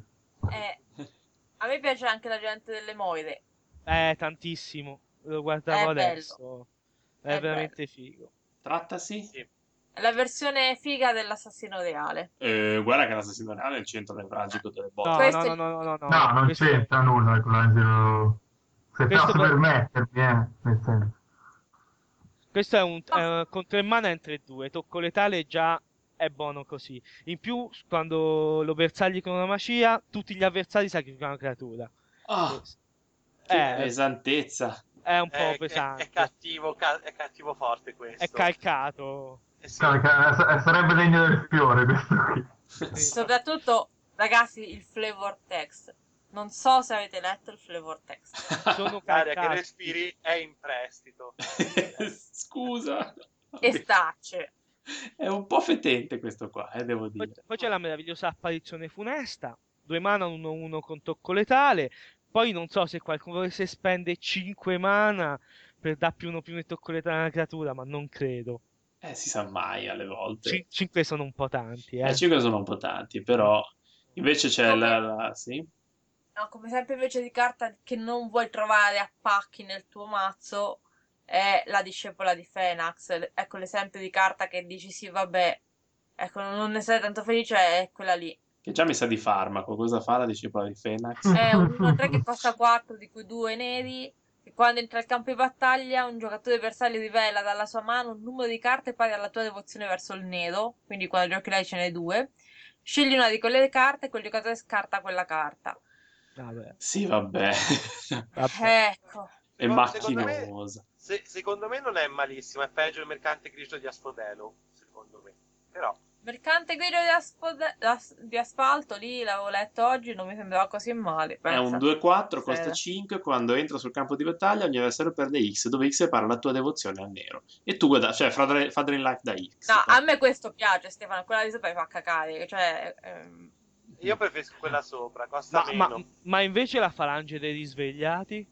A me piace anche la gente delle Moire. Tantissimo. Lo guardavo È bello. adesso. È È veramente figo. Trattasi? Sì. È la versione figa dell'assassino reale. Guarda che l'assassino reale è il centro nevralgico delle No, botte. Questo no, è- no, no, no, no. No, non Questo- c'entra nulla con l'angelo. Se Questo posso per- permettermi, nel senso. Questo è un con 3 mana in 3-2. Tocco letale già è buono così. In più, quando lo bersagli con una magia, tutti gli avversari sacrificano una creatura. Ah, che Eh, pesantezza. è un po' È pesante. è cattivo forte questo. È calcato. Sì. Sarebbe degno del fiore questo qui. Soprattutto, ragazzi, il flavor text. Non so se avete letto il flavor text. Sono L'aria che calcati. respiri è in prestito. Scusa. E stacce. È un po' fetente questo qua, devo Poi, dire. poi c'è la meravigliosa apparizione funesta. 2 mana, 1-1 con tocco letale. Poi non so se qualcuno volesse spende 5 mana per dar più 1/1 e tocco letale a una creatura, ma non credo. Si sa mai alle volte. 5 sono un po' tanti, 5 sono un po' tanti, però invece c'è sì? No, come sempre invece di carta che non vuoi trovare a pacchi nel tuo mazzo è la discepola di Fenax. Ecco l'esempio di carta che dici sì, vabbè, ecco, non ne sei tanto felice, è quella lì. Che già mi sa di farmaco. Cosa fa la discepola di Fenax? È un 1-3 che costa 4, di cui 2 neri, e quando entra al campo di battaglia un giocatore avversario rivela dalla sua mano un numero di carte pari alla tua devozione verso il nero, quindi quando giochi lei ce n'è 2. Scegli una di quelle carte e quel giocatore scarta quella carta. Vabbè. Sì, vabbè. Ecco. È Secondo me, macchinosa. secondo me non è malissimo, è peggio il mercante grigio di Aspodelo, secondo me. Però Mercante grido di asfalto, lì l'avevo letto oggi, non mi sembrava così male. È un Pensa. 2-4, costa Sera. 5. Quando entra sul campo di battaglia, ogni avversario perde X, dove X è pari alla tua devozione al nero. E tu guarda, cioè fa Drain Life da X. No, a me questo piace, Stefano, quella di sopra mi fa cacare, cioè... io preferisco quella sopra, costa meno. Ma invece la falange dei risvegliati?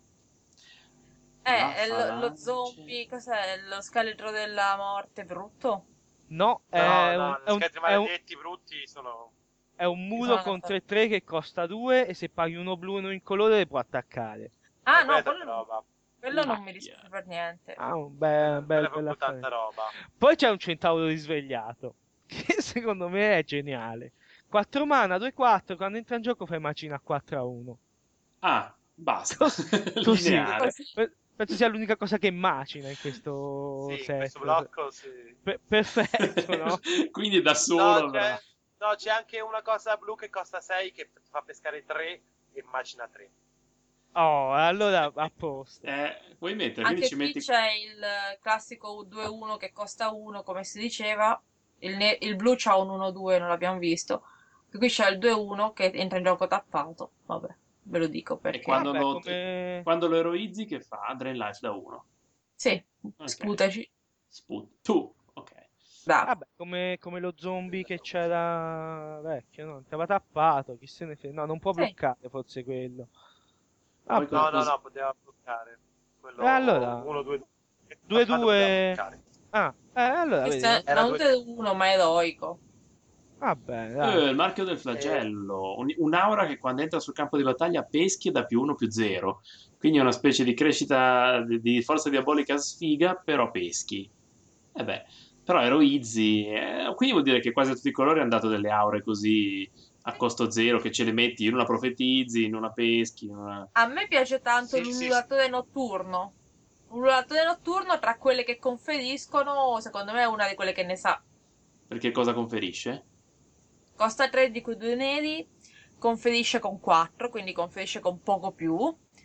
è lo falange. zombie, cos'è? Lo scheletro della morte brutto? No, No, no, è un, scheletri è un- maledetti brutti sono... è un muro Sono con d'accordo. 3-3 che costa 2 e se paghi uno blu e uno incolore può attaccare. Ah, quella no, è tanta quello roba. non mi dispiace per niente. Ah, un Quella bel è proprio affare. tanta roba. Poi c'è un centauro risvegliato, che secondo me è geniale. 4 mana, 2-4, quando entra in gioco fai macina 4-1. Ah, basta. Così. Lineare. Penso sia l'unica cosa che macina in questo Sì, set. questo blocco sì. Perfetto, no? Quindi da solo No, avrà. c'è anche una cosa blu che costa 6 che ti fa pescare 3 e macina 3. Oh, allora a posto. Puoi mettere, Anche quindi ci qui metti... c'è il classico 2-1 che costa 1, come si diceva. Il blu c'ha un 1-2, non l'abbiamo visto. E qui c'è il 2-1 che entra in gioco tappato. Vabbè, ve lo dico perché. E quando, Vabbè, quando lo eroizzi, che fa? Drain Life da 1. Sì, Ok. sputaci. Tu, ok. Bravo. Vabbè, come lo zombie che c'era vecchio, no? Stava tappato, chi se ne frega. No, non può Sì. bloccare forse quello. Poi No, cosa- poteva bloccare. Quello allora, 1-2. 2-2. Allora Questo vedi. è Era non 1, ma eroico. Vabbè, dai. il marchio del flagello. Un'aura che quando entra sul campo di battaglia peschi e da +1/+0. Quindi è una specie di crescita di forza diabolica sfiga, però peschi. Però eroizzi. Quindi vuol dire che quasi tutti i colori hanno dato delle aure così a costo zero, che ce le metti in una profetizzi, in una peschi, in una... A me piace tanto Sì, l'ululatore notturno. L'ululatore notturno, tra quelle che conferiscono, secondo me è una di quelle che ne sa. Perché cosa conferisce? Costa 3 di quei 2 neri, conferisce con 4, quindi conferisce con poco più.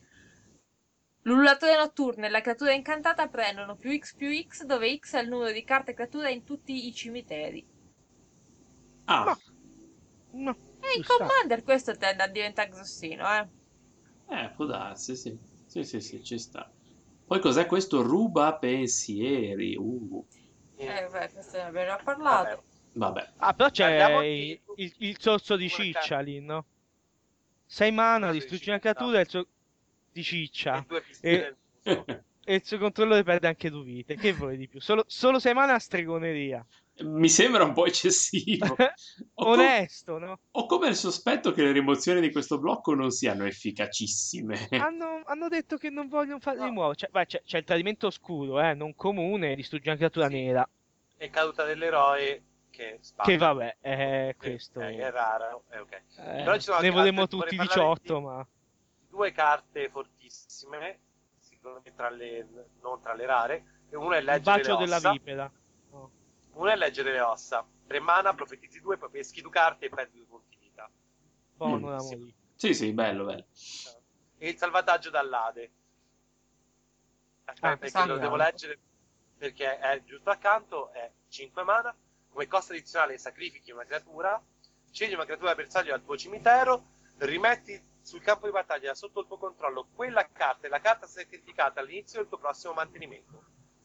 L'ullatore notturno e la creatura incantata prendono +X, dove X è il numero di carte creatura in tutti i cimiteri. Ah, No, E in ci sta. Commander questo tende a diventare grossino, può darsi, sì. Sì, ci sta. Poi cos'è questo? Ruba pensieri. Beh, questo ne abbiamo già parlato. Vabbè. Però c'è Andiamo il sorso di Una ciccia lì, no? 6 mana, Sorso di distruggi una ciccia. creatura e il di ciccia. E 2 pistole nel muso. E il suo controllore perde anche 2 vite. Che vuoi di più? Solo 6 mana a stregoneria. Mi sembra un po' eccessivo. Onesto, no? Ho come il sospetto che le rimozioni di questo blocco non siano efficacissime. Hanno detto che non vogliono farli No. rimuovere. C'è il tradimento oscuro, non comune, distrugge una creatura Sì. nera. E caduta dell'eroe che spacca. Che vabbè, Questo questo... è raro, ok. Però ci sono ne anche vorremmo altre- tutti vorrei parlare 18, ma... due carte fortissime, secondo me non tra le rare, e una è Il leggere le bacio della ossa. vipera. No. Una è leggere le ossa. 3 mana, profetizzi 2, poi peschi 2 carte e perdi 2 punti vita. Buono da Sì. morire. Sì, bello. E il salvataggio dall'Ade. Aspetta, perché esatto. lo devo leggere perché è giusto accanto, è 5 mana. Come costo addizionale sacrifichi una creatura, scegli una creatura bersaglio dal tuo cimitero, rimetti sul campo di battaglia sotto il tuo controllo quella carta e la carta sacrificata all'inizio del tuo prossimo mantenimento.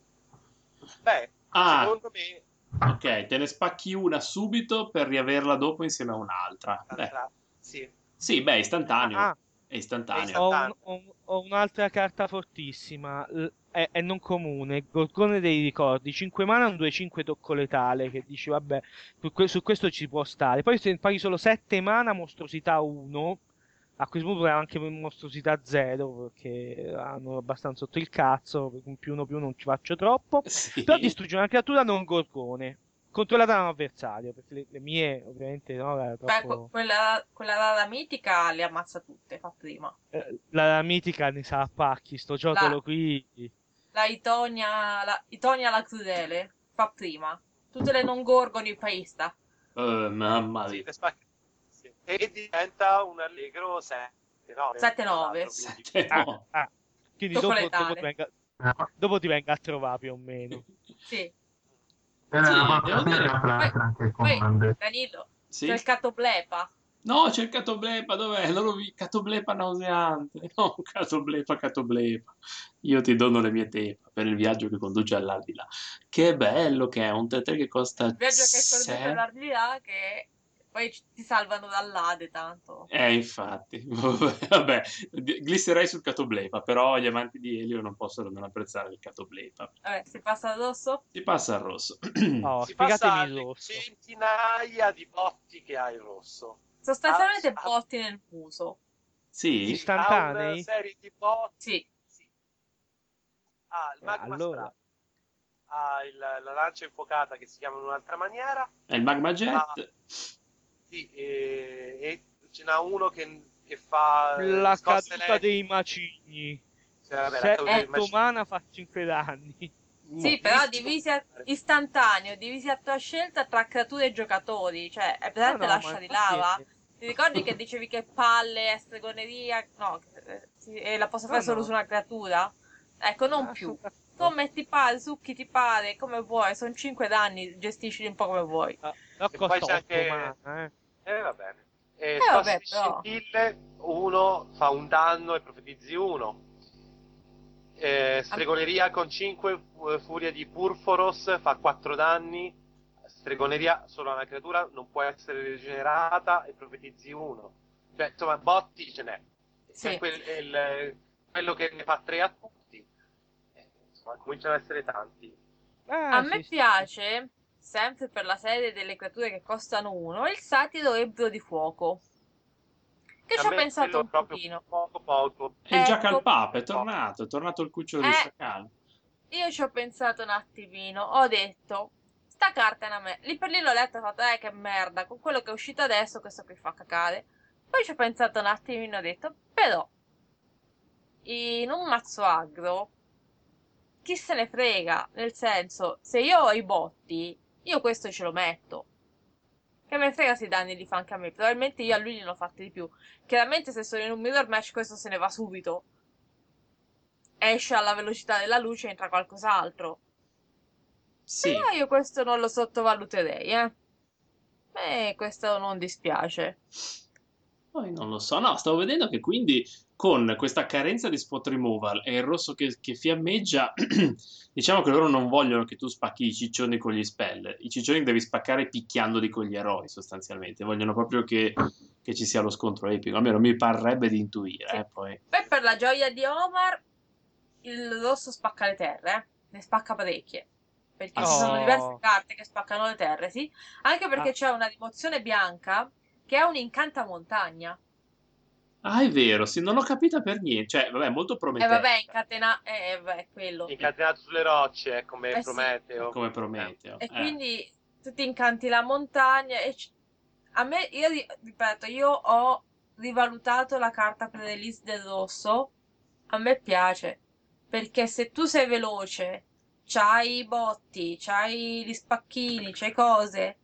Beh, secondo me... Ok, te ne spacchi una subito per riaverla dopo insieme a un'altra. Sì. Sì, beh, è istantaneo. Ah, È istantaneo. ho un'altra carta fortissima, è non comune, Gorgone dei ricordi, 5 mana, un 2-5 tocco letale, che dici vabbè, su questo ci può stare. Poi se paghi solo 7 mana, mostruosità 1, a questo punto è anche mostruosità 0, perché hanno abbastanza sotto il cazzo, un +1/+1 non ci faccio troppo. Sì. Però distrugge una creatura non Gorgone, controllata da un avversario, perché le mie ovviamente no, era Beh, troppo... quella rara mitica le ammazza tutte, fa prima. La mitica ne sa a pacchi, sto giocolo qui. La Itonia la crudele, fa prima. Tutte le non gorgoni paista. Mamma Sì, mia. le spacchi. Sì. E diventa un allegro 7-9. 7-9. 7-9. Quindi Tocco dopo letale. dopo ti venga a trovare più o meno. Sì. Era Sì, una devo dire- anche il Poi, comando. Danilo, Sì? c'è il catoblepa. No, c'è il catoblepa, dov'è? Non lo vi... Catoblepa nauseante. No, catoblepa. Io ti dono le mie tepa per il viaggio che conduce all'aldilà. Che bello che è, un 3-3 che costa Il viaggio che conduce 6. all'aldilà che poi ti salvano dall'Ade tanto. Infatti. Vabbè, glisserei sul catoblepa, però gli amanti di Elio non possono non apprezzare il catoblepa. Vabbè, si passa addosso? Si passa al rosso. Oh, Si passa spiegatemi il alle rosso. centinaia di botti che ha il rosso. Sostanzialmente Ah, botti nel muso. Sì? Istantanei? Ha una serie di botti. Sì. Ha il magma allora. strap, ha la lancia infuocata che si chiama in un'altra maniera. È il magma jet. Sì, e ce n'ha uno che fa La scosse caduta elettriche. dei macigni. Cioè, vabbè, la caduta dei 7 macigni. mana fa 5 danni. Sì, però istantaneo, divisi a tua scelta tra creature e giocatori. Cioè, è presente No, no, l'ascia ma di infatti lava? è- Ti ricordi che dicevi che palle, è stregoneria? No, sì, e la posso fare No, solo no. su una creatura? Ecco, non più. Tu metti pare, succhi ti pare, come vuoi. Sono 5 danni, gestisci un po' come vuoi. Però E poi costa c'è 8 anche... mana, va bene. Vabbè, Scosse di però. scintille, uno fa un danno e profetizzi uno. Stregoneria con 5 furia di Purforos fa 4 danni. Stregoneria solo a una creatura, non può essere rigenerata e profetizzi uno. Cioè, insomma, botti ce n'è. Sì. C'è quello che ne fa 3 a tutti. Insomma, cominciano ad essere tanti. A me piace, sempre per la serie delle creature che costano 1, il satiro ebbro di fuoco. Che ci A ho me pensato quello un proprio pochino. poco. E il Ecco. Jackal Pup è tornato il cucciolo di sciacallo. Io ci ho pensato un attimino, ho detto, sta carta è una me. Lì per lì l'ho letta e ho fatto, che merda, con quello che è uscito adesso questo qui fa cacare. Poi ci ho pensato un attimino e ho detto, però, in un mazzo agro, chi se ne frega? Nel senso, se io ho i botti, io questo ce lo metto. Che me ne frega se i danni li fa anche a me. Probabilmente io a lui ne ho fatti di più. Chiaramente se sono in un mirror match questo se ne va subito. Esce alla velocità della luce e entra qualcos'altro. Sì. Però io questo non lo sottovaluterei, questo non dispiace. Poi non lo so, no, stavo vedendo che quindi con questa carenza di spot removal e il rosso che fiammeggia, diciamo che loro non vogliono che tu spacchi i ciccioni con gli spell. I ciccioni devi spaccare picchiandoli con gli eroi, sostanzialmente. Vogliono proprio che ci sia lo scontro epico. Almeno mi parrebbe di intuire, Sì. poi. Poi per la gioia di Omar, il rosso spacca le terre, ne spacca parecchie. perché Ah, ci sono Oh. diverse carte che spaccano le terre, sì. Anche perché Ah. c'è una rimozione bianca che è un incantamontagna. Ah, è vero, sì, non l'ho capita per niente. Cioè, vabbè, molto E promettente. vabbè, beh, quello. Incatenato sulle rocce, come Eh sì. Prometeo. Come Prometeo. E quindi tu ti incanti la montagna a me, io ripeto, io ho rivalutato la carta pre-release del rosso, a me piace, perché se tu sei veloce, c'hai i botti, c'hai gli spacchini, c'hai cose,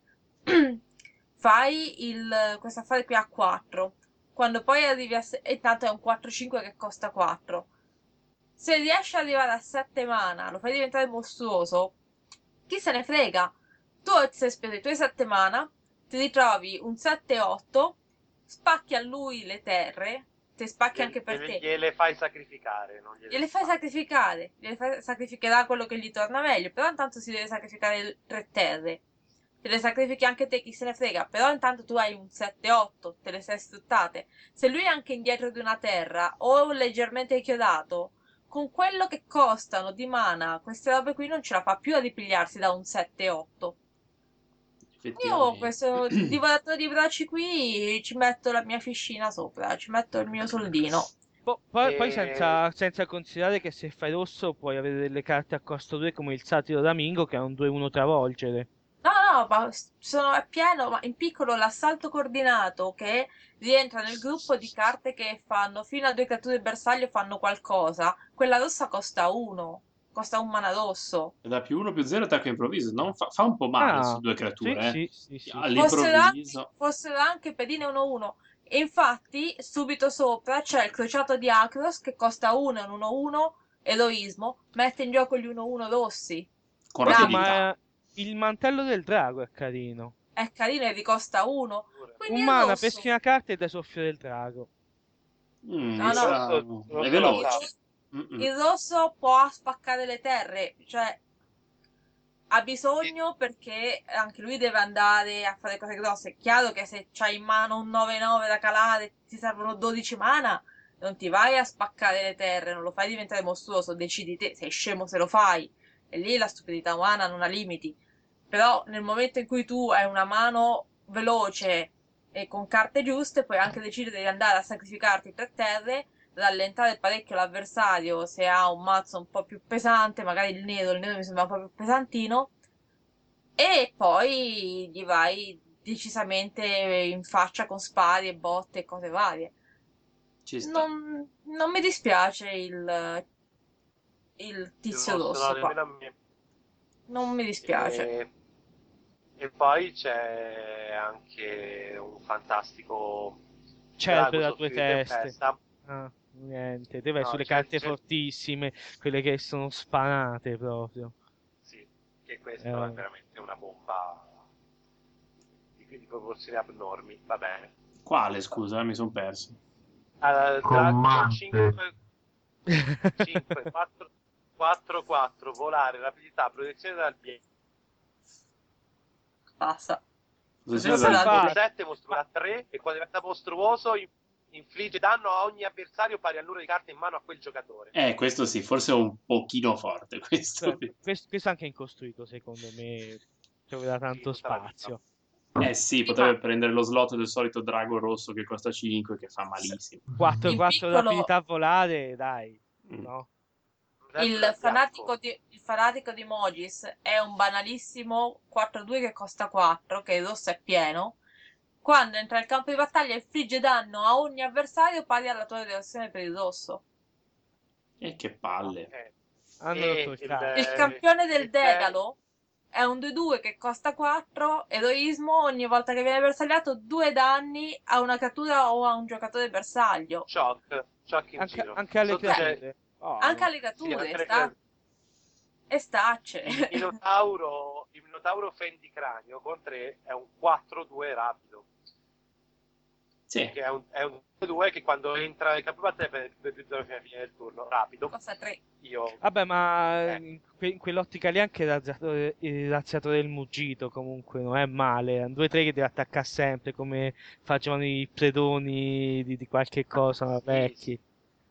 fai questo affare qui a 4, quando poi arrivi e tanto è un 4-5 che costa 4. Se riesci ad arrivare a 7 mana, lo fai diventare mostruoso, chi se ne frega? Tu hai speso i tuoi 7 mana, ti ritrovi un 7-8, spacchi a lui le terre, te spacchi anche per te. Gliele fai sacrificare, non Gliele fai sacrificare, sacrificherà quello che gli torna meglio, però intanto si deve sacrificare 3 terre. Te le sacrifichi anche te, chi se ne frega, però intanto tu hai un 7-8, te le sei sfruttate. Se lui è anche indietro di una terra o leggermente chiodato, con quello che costano di mana, queste robe qui non ce la fa più a ripigliarsi da un 7-8. Io questo Effettivamente. divoratore di bracci qui ci metto la mia fiscina sopra, ci metto il mio soldino. Poi E- senza considerare che se fai rosso puoi avere delle carte a costo 2 come il Satiro d'Amingo che ha un 2-1 travolgere. No, no, ma è pieno, ma in piccolo l'assalto coordinato che rientra nel gruppo di carte che fanno fino a 2 creature bersaglio fanno qualcosa. Quella rossa costa 1, costa un mana rosso. Da +1/+0 attacco improvviso. Non fa un po' male su Ah, 2 sì, creature, sì, sì, sì, sì. All'improvviso. Fossero anche pedine 1-1. E infatti, subito sopra c'è il crociato di Akros che costa 1 e un 1-1, eroismo, mette in gioco gli 1-1 rossi. Con Oddio, rapidità. ma il mantello del drago è carino. È carino e vi costa 1. Quindi Un il mana, rosso. peschi una carta e dai soffio del drago. No, il no, Questa rosso è la veloce. sa. il rosso può spaccare le terre, cioè ha bisogno perché anche lui deve andare a fare cose grosse. È chiaro che se c'hai in mano un 9-9 da calare, ti servono 12 mana, non ti vai a spaccare le terre, non lo fai diventare mostruoso, decidi te, sei scemo se lo fai. E lì la stupidità umana non ha limiti. Però nel momento in cui tu hai una mano veloce e con carte giuste, puoi anche decidere di andare a sacrificarti 3 terre, rallentare parecchio l'avversario se ha un mazzo un po' più pesante, magari il nero mi sembra un po' più pesantino, e poi gli vai decisamente in faccia con spari e botte e cose varie. Ci sta. Non mi dispiace il tizio No, rosso qua. nemmeno a me. Non mi dispiace. E poi c'è anche un fantastico Certo, drago da soffio 2 di teste. tempesta. Ah, niente, te vai No, sulle c'è- carte c'è- fortissime, quelle che sono spanate proprio. Sì, che questo è veramente una bomba di proporzioni abnormi, va bene. Quale, scusa, mi sono perso. Drago Comande. 5, 4, 4, volare, rapidità, protezione dal bianco. Basta. Cosa Cosa sia fa? da- Costo 7, mostruoso a 3 e quando diventa mostruoso infligge danno a ogni avversario pari al numero di carte in mano a quel giocatore. Questo sì, forse è un pochino forte questo. Questo anche in costruito, secondo me, troverà tanto tutta la vita. spazio. Sì, potrebbe prendere lo slot del solito drago rosso che costa 5, che fa malissimo. 4-4 piccolo- rapidità a volare, dai, no? Il fanatico di Mogis è un banalissimo 4-2 che costa 4, che il rosso è pieno. Quando entra nel campo di battaglia infligge danno a ogni avversario pari alla tua reazione per il rosso. E che palle. Hanno E rotto il cazzo. Il campione del il Dedalo è un 2-2 che costa 4, eroismo, ogni volta che viene bersagliato 2 danni a una cattura o a un giocatore bersaglio. Shock in Anche, giro. anche alle Sotto c'è creature. Oh, Anche alle sì, creature, anche le sta... creature. e stacce. Il Minotauro Fendicranio con 3 è un 4-2 rapido. Sì. Che è un 2 che quando entra nel campo di battaglia per più 0 fino alla fine del turno. Rapido. Costa 3. Io Vabbè, ma in quell'ottica lì anche il razziatore del Muggito comunque non è male. È un 2-3 che deve attaccare sempre, come facevano i predoni di qualche cosa Sì, vecchi.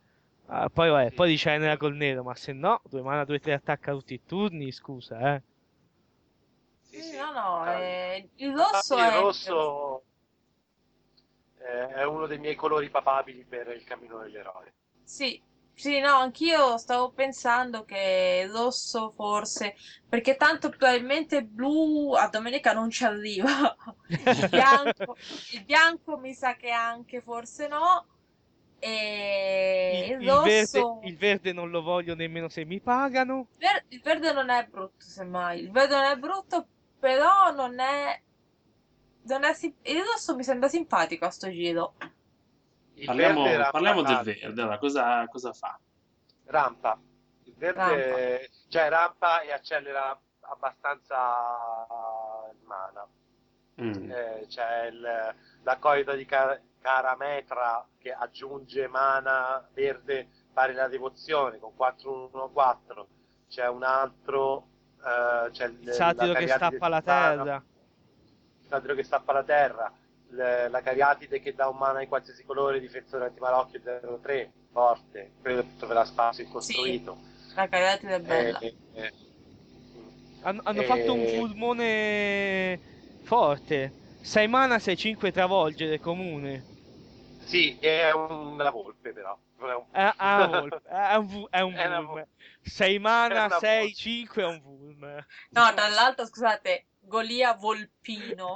Poi sì. poi ricenera col nero, ma se no, 2 mana 2-3 attacca tutti i turni, scusa, sì. No, il Infatti rosso il è... rosso è uno dei miei colori papabili per il cammino dell'eroe. Sì, sì, no, anch'io stavo pensando che il rosso forse, perché tanto probabilmente il blu a domenica non ci arriva. Il bianco mi sa che anche forse no. E il rosso, Il verde non lo voglio nemmeno se mi pagano. il verde non è brutto, semmai. Il verde non è brutto, però il rosso mi sembra simpatico a sto giro. Il verde Parliamo del rampa, verde. Allora, cosa fa? rampa. Il Rampa. verde, cioè rampa e accelera abbastanza il mana. Mm. C'è la corda di Carametra che aggiunge mana verde pari alla devozione con 4-1-4. C'è un altro, c'è Il satiro che Cariatide stappa la Titano, terra. il satiro che stappa la terra, la Cariatide che dà un mana di qualsiasi colore, difensore antimalocchio 0-3, forte, quello troverà spazio il Sì, costruito. la cagliatide è bella. Hanno fatto un E- fulmone forte. 6 mana, 6-5 travolgere comune. sì, è una volpe però. Non è un Ah, Volpe. È un è una Vulm. volpe. 6 È mana, una volpe. 6-5 è un Vulm. No, tra l'altro, scusate, Golia Volpino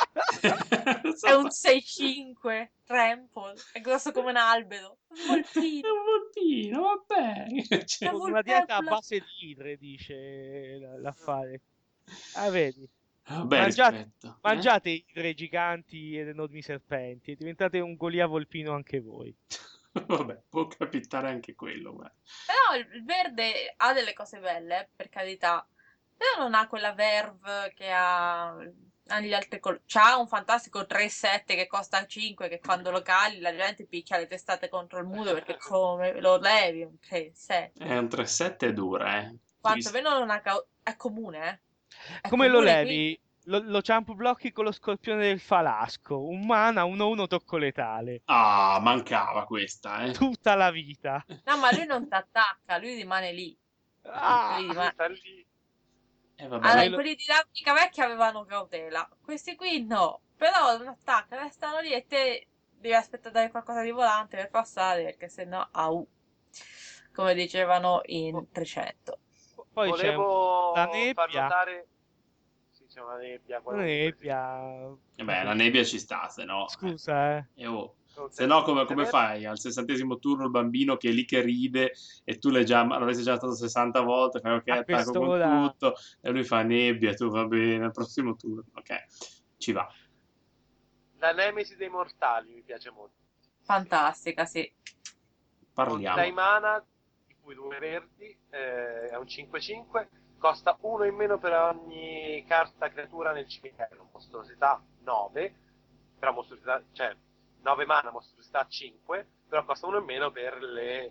è So- un 6-5 Trample, è grosso come un albero. Un È Volpino, un volpino, vabbè. Cioè, è Con una dieta a Volpebla. base di idre, dice l'affare. Ah, vedi. vabbè, Mangiate, rispetto. mangiate idre giganti ed enormi serpenti. E diventate un Golia Volpino anche voi. Vabbè, può capitare anche quello, guarda. Però il verde ha delle cose belle, per carità. Però non ha quella verve che ha gli altri colori. C'ha un fantastico 3-7 che costa 5, che quando lo cali la gente picchia le testate contro il muro perché come lo levi un 3-7. È un 3-7 dura, eh. Quantomeno non ha è comune, eh. È Come lo comune, quindi... levi? Lo jump blocchi con lo scorpione del falasco. Un mana, 1-1 tocco letale. Ah, mancava questa, eh. Tutta la vita. No, ma lui non ti attacca, lui rimane lì. Ah, Lui rimane- Sta lì. Vabbè, Allora, Io lo- quelli di Ravnica Vecchia avevano cautela. Questi qui no. Però non attaccano, restano lì e te devi aspettare qualcosa di volante per passare, perché sennò au. Come dicevano in 300. Poi c'è la Volevo far nebbia. notare. Sì, c'è una nebbia. La qualunque, sì. nebbia. Vabbè, la nebbia ci sta, se no. Scusa, eh. Se no, come Verde. fai? Al 60° turno il bambino che è lì che ride e tu l'avresti già stato 60 volte, fai ok, A attacco con quest'ora- tutto e lui fa nebbia, tu va bene, al prossimo turno, ok, ci va. La Nemesi dei Mortali mi piace molto. Fantastica, sì. Con Parliamo. 6 mana, di cui 2 verdi, è un 5-5, costa 1 in meno per ogni carta creatura nel cimitero, mostruosità 9, però mostruosità, cioè 9 mana, mostruosità 5, però costa 1 in meno per le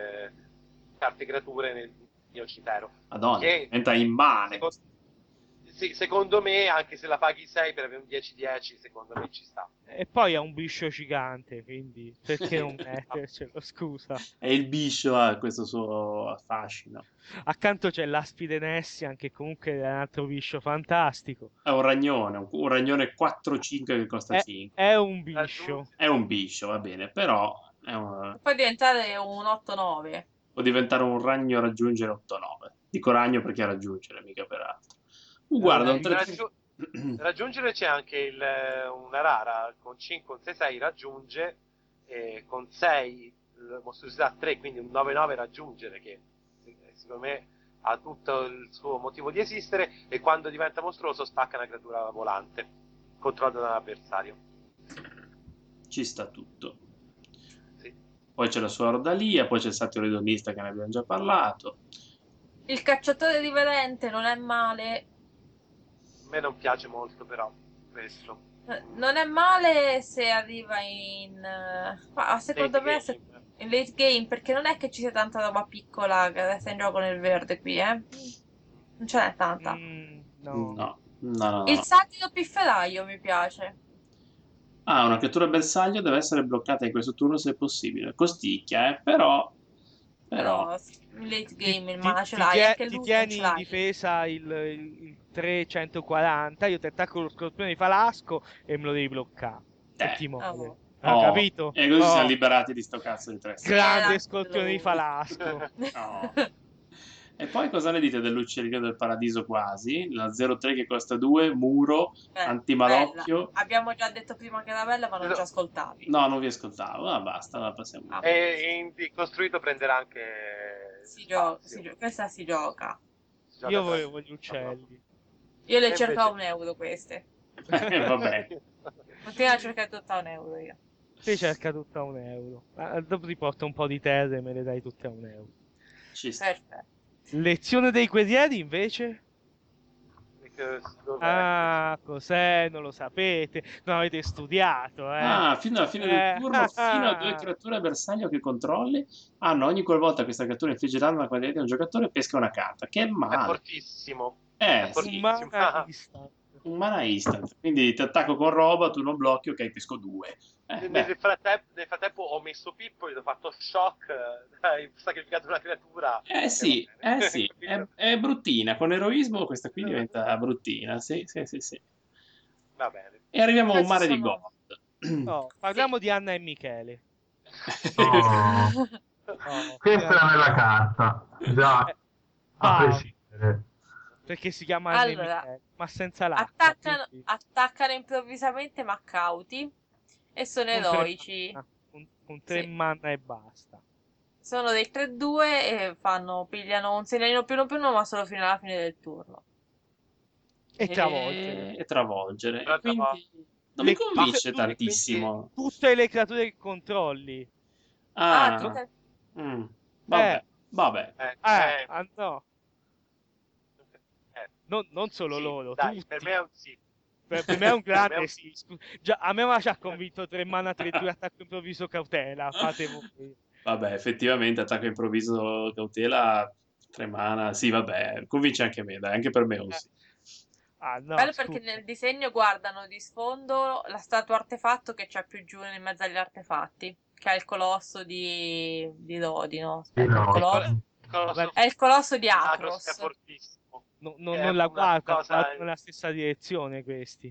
carte creature nel mio cimitero. Madonna, Che diventa immane. sì, secondo me, anche se la paghi 6 per avere un 10-10, secondo me ci sta. E poi ha un biscio gigante, quindi perché non mettercelo? Scusa. E il biscio ha questo suo fascino. Accanto c'è l'Aspide Nessian, che comunque è un altro biscio fantastico. È un ragnone, un ragnone 4-5 che costa 5. È un biscio. È un biscio, va bene, però Può diventare un 8-9. può diventare un ragno raggiungere 8-9. Dico ragno perché è raggiungere, mica per altro. Guarda, un 3... Raggiungere c'è anche una rara con 5, con 6-6 raggiunge, con 6 mostruosità 3, quindi un 9-9 raggiungere, che secondo me ha tutto il suo motivo di esistere, e quando diventa mostruoso spacca una creatura volante, controllata dall'avversario. Ci sta tutto. Sì. Poi c'è la sua ordalia, poi c'è il satiro edonista che ne abbiamo già parlato. Il cacciatore riverente non è male. A me non piace molto però questo. Non è male se arriva ma secondo me Late game. in late game, perché non è che ci sia tanta roba piccola che resta in gioco nel verde qui, eh. Non ce n'è tanta. No. No. Il satiro pifferaio mi piace. Una creatura bersaglio deve essere bloccata in questo turno se possibile. Costicchia, però Però in late game il mana ce l'hai, anche ti lui non tieni ce in l'hai. difesa il 340, io ti attacco lo scorpione di Falasco e me lo devi bloccare. E ti muore. Oh. Ha capito? E così siamo Oh, liberati di sto cazzo di 3. grande Era scorpione di lui. Falasco. No. E poi cosa ne dite dell'uccellino del paradiso quasi? La 03 che costa 2, muro, antimalocchio. Bella. Abbiamo già detto prima che era bella, ma non ci ascoltavi. No, non vi ascoltavo. Ah, basta, la passiamo. Ah. E in costruito prenderà anche Questa si gioca. si gioca Io tra- volevo gli uccelli. Io le E cerco a invece- €1 queste. Vabbè. Continuo a cercare tutto a €1 io. Te cerca tutta a €1. Dopo ti porto un po' di terre e me le dai tutte a €1. Ci sta. Perfetto. Lezione dei guerrieri invece? Dov'è? Ah, cos'è? Non lo sapete. Non avete studiato, eh? Ah, fino alla fine del turno, fino a 2 creature a bersaglio che controlli hanno ogni qualvolta questa creatura infligge danno alla qualità di un giocatore pesca una carta. Che È male. fortissimo. Eh, è sì, Un fortissimo. mana instant. un mana instant. Quindi ti attacco con roba, tu non blocchi, ok, pesco 2. Beh, Nel frattempo ho messo Pippo, gli ho fatto shock, hai sacrificato una creatura. sì, E va bene. sì, è bruttina. Con eroismo questa qui diventa bruttina. Sì. Va bene. E arriviamo a un Questi mare di sono- gold. Oh, parliamo di Anna e Michele. Oh, Oh, questa è una bella carta, già a vai, prescindere. perché si chiama Anna e Allora, Michele, ma senza l'H. quindi attaccano improvvisamente ma cauti e sono con tre eroici. mana, con 3 Sì. mana e basta. Sono dei 3-2 e pigliano un segnalino più uno, ma solo fino alla fine del turno. E travolgere. E travolgere. E Un'altra quindi non mi Le- convince tutte- tantissimo. Tutte le creature che controlli. Ah, tutte- vabbè, vabbè. No, non solo Sì, loro, dai, tutti. per me è un sì. Per me è un Per me è grande un sì. Già, a me ci ha convinto 3 mana 3-2 attacco improvviso cautela. Fate voi. Vabbè, effettivamente attacco improvviso cautela, 3 mana, sì, vabbè, convince anche me, dai, anche per me è un sì. Ah, no, Bello perché scusa. nel disegno guardano di sfondo la statua artefatto che c'è più giù in mezzo agli artefatti, che è il colosso di Dodino. Sì, Aspetta, no, è il colosso di Agros è Acros. fortissimo. È Non la una guardano, cosa- guardano nella stessa direzione questi.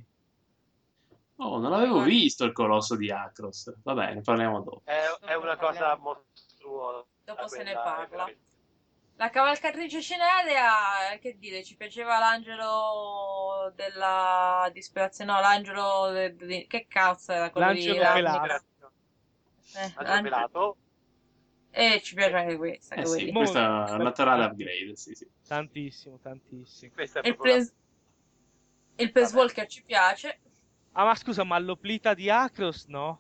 Oh, non avevo visto il colosso di Acros. Vabbè, ne parliamo dopo. È una cosa mostruosa. Dopo se ne quella, parla. è veramente- La cavalcatrice cinerea, che dire, ci piaceva l'angelo della disperazione, no, l'angelo che cazzo era quello L'angelo di pelato. Ravnica? Angelo pelato. E ci piace anche questa, che vuoi Sì, dire? questo è un naturale upgrade, sì. Tantissimo. Questa è Il proprio il Planeswalker ci piace, Ah, ma scusa, ma l'oplita di Acros no?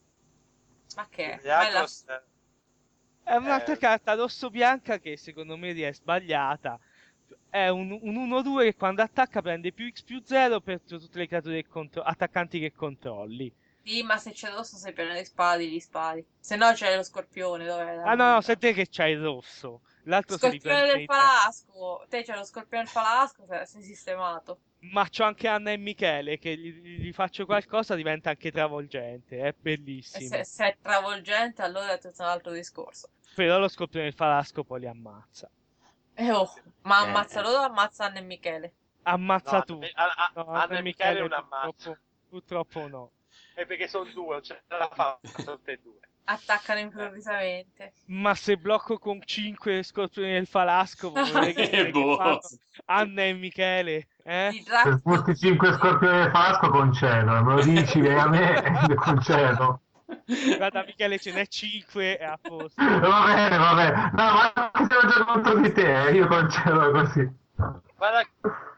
ma che è? Gli Agros, È un'altra carta rosso-bianca che secondo me è sbagliata. È un 1-2 che quando attacca prende più X più 0 per tutte le creature attaccanti che controlli. Sì, ma se c'è rosso sei pieno di spadi, gli spadi. Se no c'è lo scorpione, dov'è? Ah no, sei te che c'hai il rosso. L'altro se li Scorpione prende del falasco. Te c'è lo scorpione del falasco, sei sistemato. Ma c'ho anche Anna e Michele che gli faccio qualcosa diventa anche travolgente. È E bellissimo. se è travolgente, allora è tutto un altro discorso. Però lo scorpione del falasco poi li ammazza. Ma ammazza loro o ammazza Anna e Michele? Ammazza no, tu. a- Anna e Michele un ammazzo. Purtroppo no. È perché sono due, non ce la fa, sono tutte e due. Attaccano improvvisamente. Ma se blocco con 5 scorpioni del falasco, vuol dire che Boh. fanno Anna e Michele, eh? Di Se Drax- sputi 5 scorpioni del Falasco concedo, me lo dici che a me concedo. Guarda Michele ce n'è 5 e a posto. Va bene. No, ma siamo già contro di te, io concedo così. Guarda,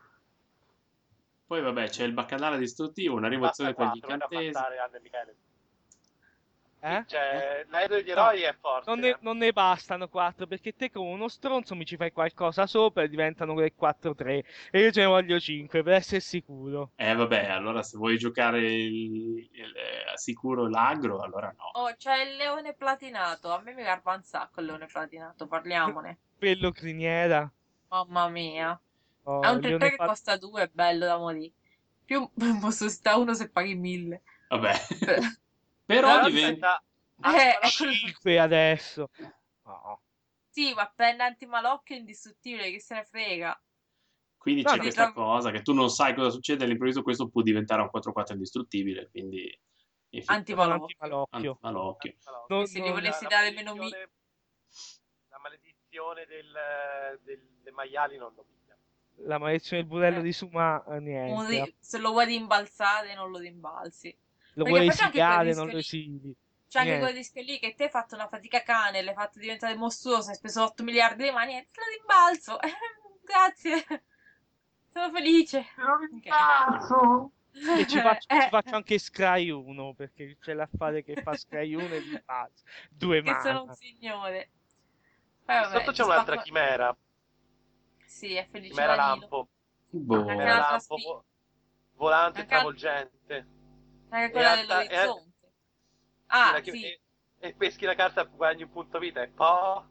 Poi vabbè, c'è il baccanale distruttivo, una rimozione per gli basta 4 per incantesimi. ammazzare Anna e Michele. Eh? Cioè, l'aereo degli eroi è forte. Non ne bastano 4 perché te come uno stronzo mi ci fai qualcosa sopra e diventano quelle 4-3 e io ce ne voglio 5 per essere sicuro. Vabbè, allora se vuoi giocare sicuro l'agro, allora no. Oh, c'è il leone platinato. A me mi garba un sacco il leone platinato, parliamone. Quello criniera. Mamma mia. Oh, È un il 3 leone che fa- costa 2, è bello da morire. Più posso stare uno se paghi 1000. Vabbè. Però Però diventa... aspetta, ecco 5 adesso. No. Sì, ma prende antimalocchio indistruttibile, che se ne frega. Quindi No, c'è no. questa cosa che tu non sai cosa succede, all'improvviso questo può diventare un 4-4 indistruttibile, quindi Con effettivamente Antimalocchio. antimalocchio. antimalocchio. Che No, se gli no, volessi dare meno mi... La maledizione dei maiali non lo piglia. la maledizione del burello Eh, di Suma, niente. se lo vuoi rimbalzare, non lo rimbalzi. Lo Perché vuoi poi c'è anche quel esiliare, non rischio lo lì. esili. C'è anche quel Niente. rischio lì che te hai fatto una fatica cane, l'hai fatto diventare mostruoso, hai speso 8 miliardi di mani e te lo rimbalzo. Grazie. Sono felice. Ok. Cazzo! E ci faccio anche Scry 1, perché c'è l'affare che fa Scry 1 e di base. 2 Che sono un mana. signore. Qui Poi sotto vabbè, c'è ti un'altra spacco... chimera. Sì, è felice Chimera Danilo. lampo. Boh. Anche Chimera un'altra lampo spina. volante e Anche, travolgente. anche E, quella alta, dell'orizzonte. sì, Ah, sì. e peschi la carta guadagni un punto vita e poi...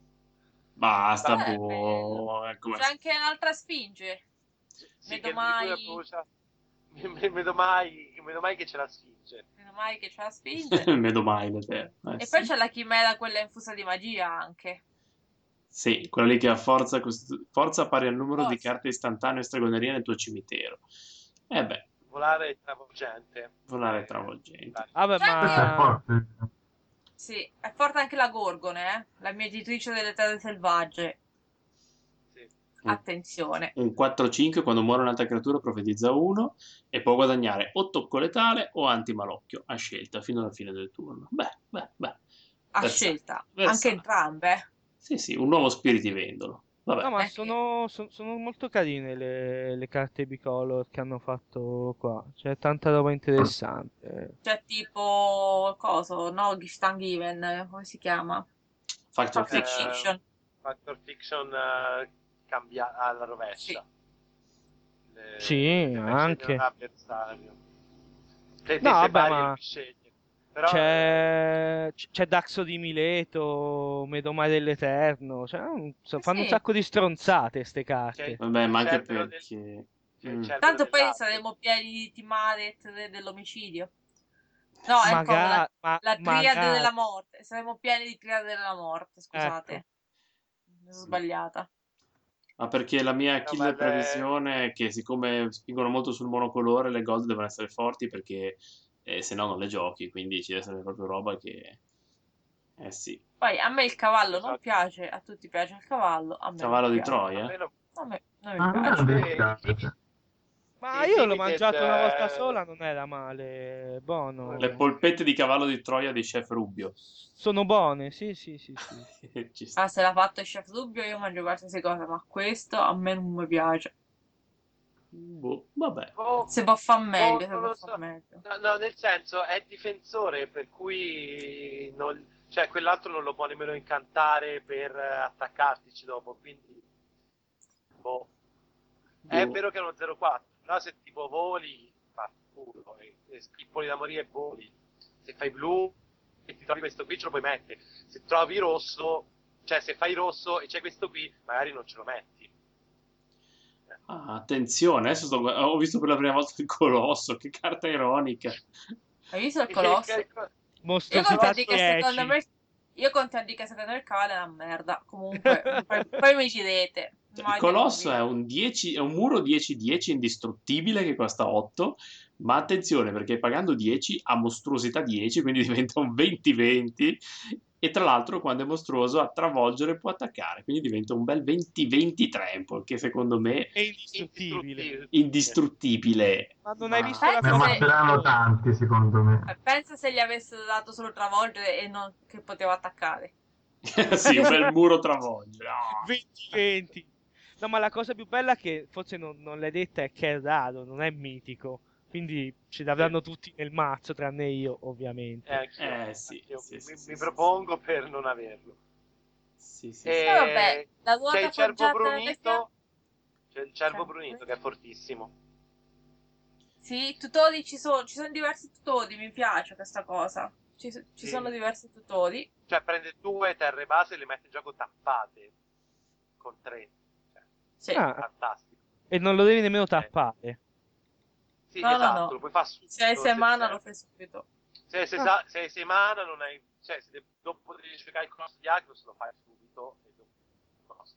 Basta, È bello. boh. Come... C'è anche un'altra spinge. Sì, che Vedo di cui la mai... brucia. Vedo mai che ce la sfinge. Vedo mai che c'è la spinge. Vedo mai da te. E Sì. poi c'è la chimera, quella infusa di magia anche. Sì, quella lì che ha forza, forza pari al numero di Forza. carte istantanee stregonerie nel tuo cimitero. E beh, Volare è travolgente. volare travolgente. Vabbè, C'è Questo è anche... ma forte. Sì, è forte anche la Gorgone, la mietitrice delle terre selvagge. Sì. Attenzione. Un 4-5 quando muore un'altra creatura profetizza 1 e può guadagnare o tocco letale o antimalocchio a scelta fino alla fine del turno. Beh. A Versatile. scelta. Anche Versatile. entrambe. Sì, un nuovo spiritivendolo. no, Vabbè. ma Che... sono molto carine le carte bicolor che hanno fatto qua. C'è tanta roba interessante. C'è tipo... Coso, no? Given, come si chiama? Factor Factor Fiction. Fiction. Factor Fiction cambia alla Sì. rovescia. Sì, Le rovesce di anche. un avversario. Te No, vabbè, separi e ma lui sceglie. Però c'è Daxo di Mileto, Medomai dell'Eterno. Cioè, fanno un Sì. sacco di stronzate ste c'è il carte. Vabbè, ma anche cerbero perché... c'è il Mm. cerbero Tanto poi dell'altro. saremo pieni di Timaret dell'omicidio. No, è cosa? La triade Magari, della morte. Saremo pieni di triade della morte, ecco. scusate. Mi sono sbagliata. Ma perché la mia No, ma killer previsione è che siccome spingono molto sul monocolore, le gold devono essere forti perché se no non le giochi, quindi ci deve essere proprio roba che... Eh sì. Poi a me il cavallo non esatto. piace, a tutti piace il cavallo, a me non Cavallo di piace. A Troia? me no. A me non mi A me non piace. dispiace. Ma Il io l'ho limited, mangiato una volta sola, non era male. Buono. Le polpette di cavallo di Troia di Chef Rubio. Sono buone, sì. Ci sta. Ah, se l'ha fatto il chef dubbio io mangio qualsiasi cosa, ma questo a me non mi piace. Boh, vabbè. Se può far meglio, se non può lo far so. meglio. No, nel senso è difensore, per cui cioè, quell'altro non lo può nemmeno incantare per attaccartici dopo, quindi boh. È Boh. vero che è uno 0-4, però se tipo voli, fa culo, e schippoli da morire e voli. Se fai blu e ti trovi questo qui ce lo puoi mettere. Se trovi rosso, cioè se fai rosso e c'è questo qui, magari non ce lo metti. Ah, attenzione, adesso ho visto per la prima volta il colosso, che carta ironica. Hai visto il colosso? Io Mostruosità contenti che secondo 10. me... Io contenti che secondo me il cavallo è una merda. Comunque, poi mi direte. Il Mai colosso è dirmi. un 10, è un muro 10-10 indistruttibile che costa 8, ma attenzione perché pagando 10 ha mostruosità 10, quindi diventa un 20-20 e tra l'altro quando è mostruoso a travolgere può attaccare, quindi diventa un bel 20-23, che secondo me È indistruttibile. indistruttibile. Ma non hai Ma... visto la Ne Pensa se... ammazzeranno tanti, secondo me. Pensa se gli avessero dato solo travolgere e non che poteva attaccare. sì, un bel muro travolgere. Ah. 20-20. No, ma la cosa più bella che forse non l'hai detta è che è raro, non è mitico. Quindi ce l'avranno tutti nel mazzo, tranne io, ovviamente. Sì, anch'io sì, mi propongo per non averlo. Sì. E vabbè, la C'è ruota il cervo forgiata nelle brunito. C'è il cervo Cervo brunito brunito. che è fortissimo. Sì, tutori ci sono diversi tutori, mi piace questa cosa. Ci Sì. sono diversi tutori. Cioè prende 2 terre base e le mette in gioco tappate. Con 3. Cioè, Sì. Ah, fantastico. e non lo devi nemmeno tappare. Sì, No, esatto, no. lo puoi fare subito. Se hai 6 mana serve. lo fai subito. Se hai 6 mana non hai... Cioè, dopo devi cercare il costo di Agros lo fai subito e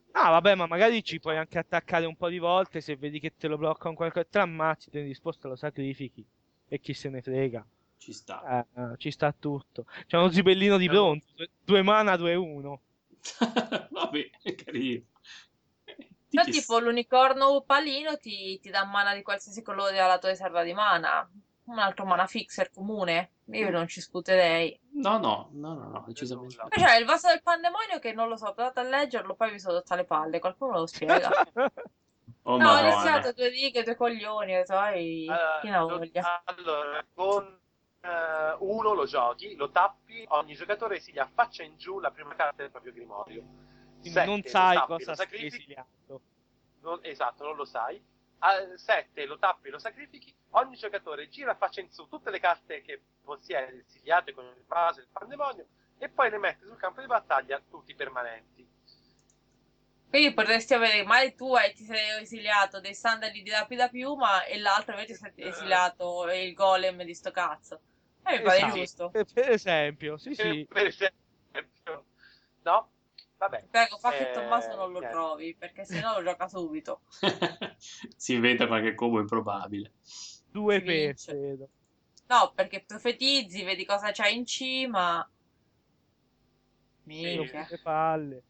Ah, vabbè, ma magari ci puoi anche attaccare un po' di volte, se vedi che te lo blocca un qualcosa, te l'ammazzi, tieni risposta, lo sacrifichi. E chi se ne frega. Ci sta. Ci sta tutto. C'è uno zibellino di bronzo, 2 mana, 2-1. Vabbè, è carino. Di Però che tipo l'unicorno palino ti dà mana di qualsiasi colore alla tua riserva di mana. Un altro mana fixer comune. Io non ci sputerei. No, decisamente. nulla. Poi c'è il vaso del pandemonio che non lo so, ho provato a leggerlo, poi mi sono rotta le palle. Qualcuno me lo spiega. Oh No, ho Madonna. iniziato 2 righe, 2 coglioni, ho detto, chi ne ha voglia. Allora, con uno lo giochi, lo tappi, ogni giocatore si gli affaccia in giù la prima carta del proprio grimorio. Quindi non Sette, sai lo tappi, cosa lo stai sacrifichi. esiliando. Esatto, non lo sai. 7 lo tappi e lo sacrifichi. Ogni giocatore gira faccia in su tutte le carte che possiede esiliate con il vaso e il pandemonio e poi le mette sul campo di battaglia tutti permanenti. Quindi potresti avere, magari ti sei esiliato dei sandali di rapida piuma e l'altro invece si è esiliato il golem di sto cazzo. Mi pare Esatto. giusto. Per esempio, sì. Per esempio. No? Vabbè. Prego, fa che Tommaso non lo niente. trovi, perché sennò lo gioca subito. Si inventa qualche combo improbabile. 2 Si per, vince. credo. No, perché profetizzi, vedi cosa c'hai in cima. Sono Minchia. le palle.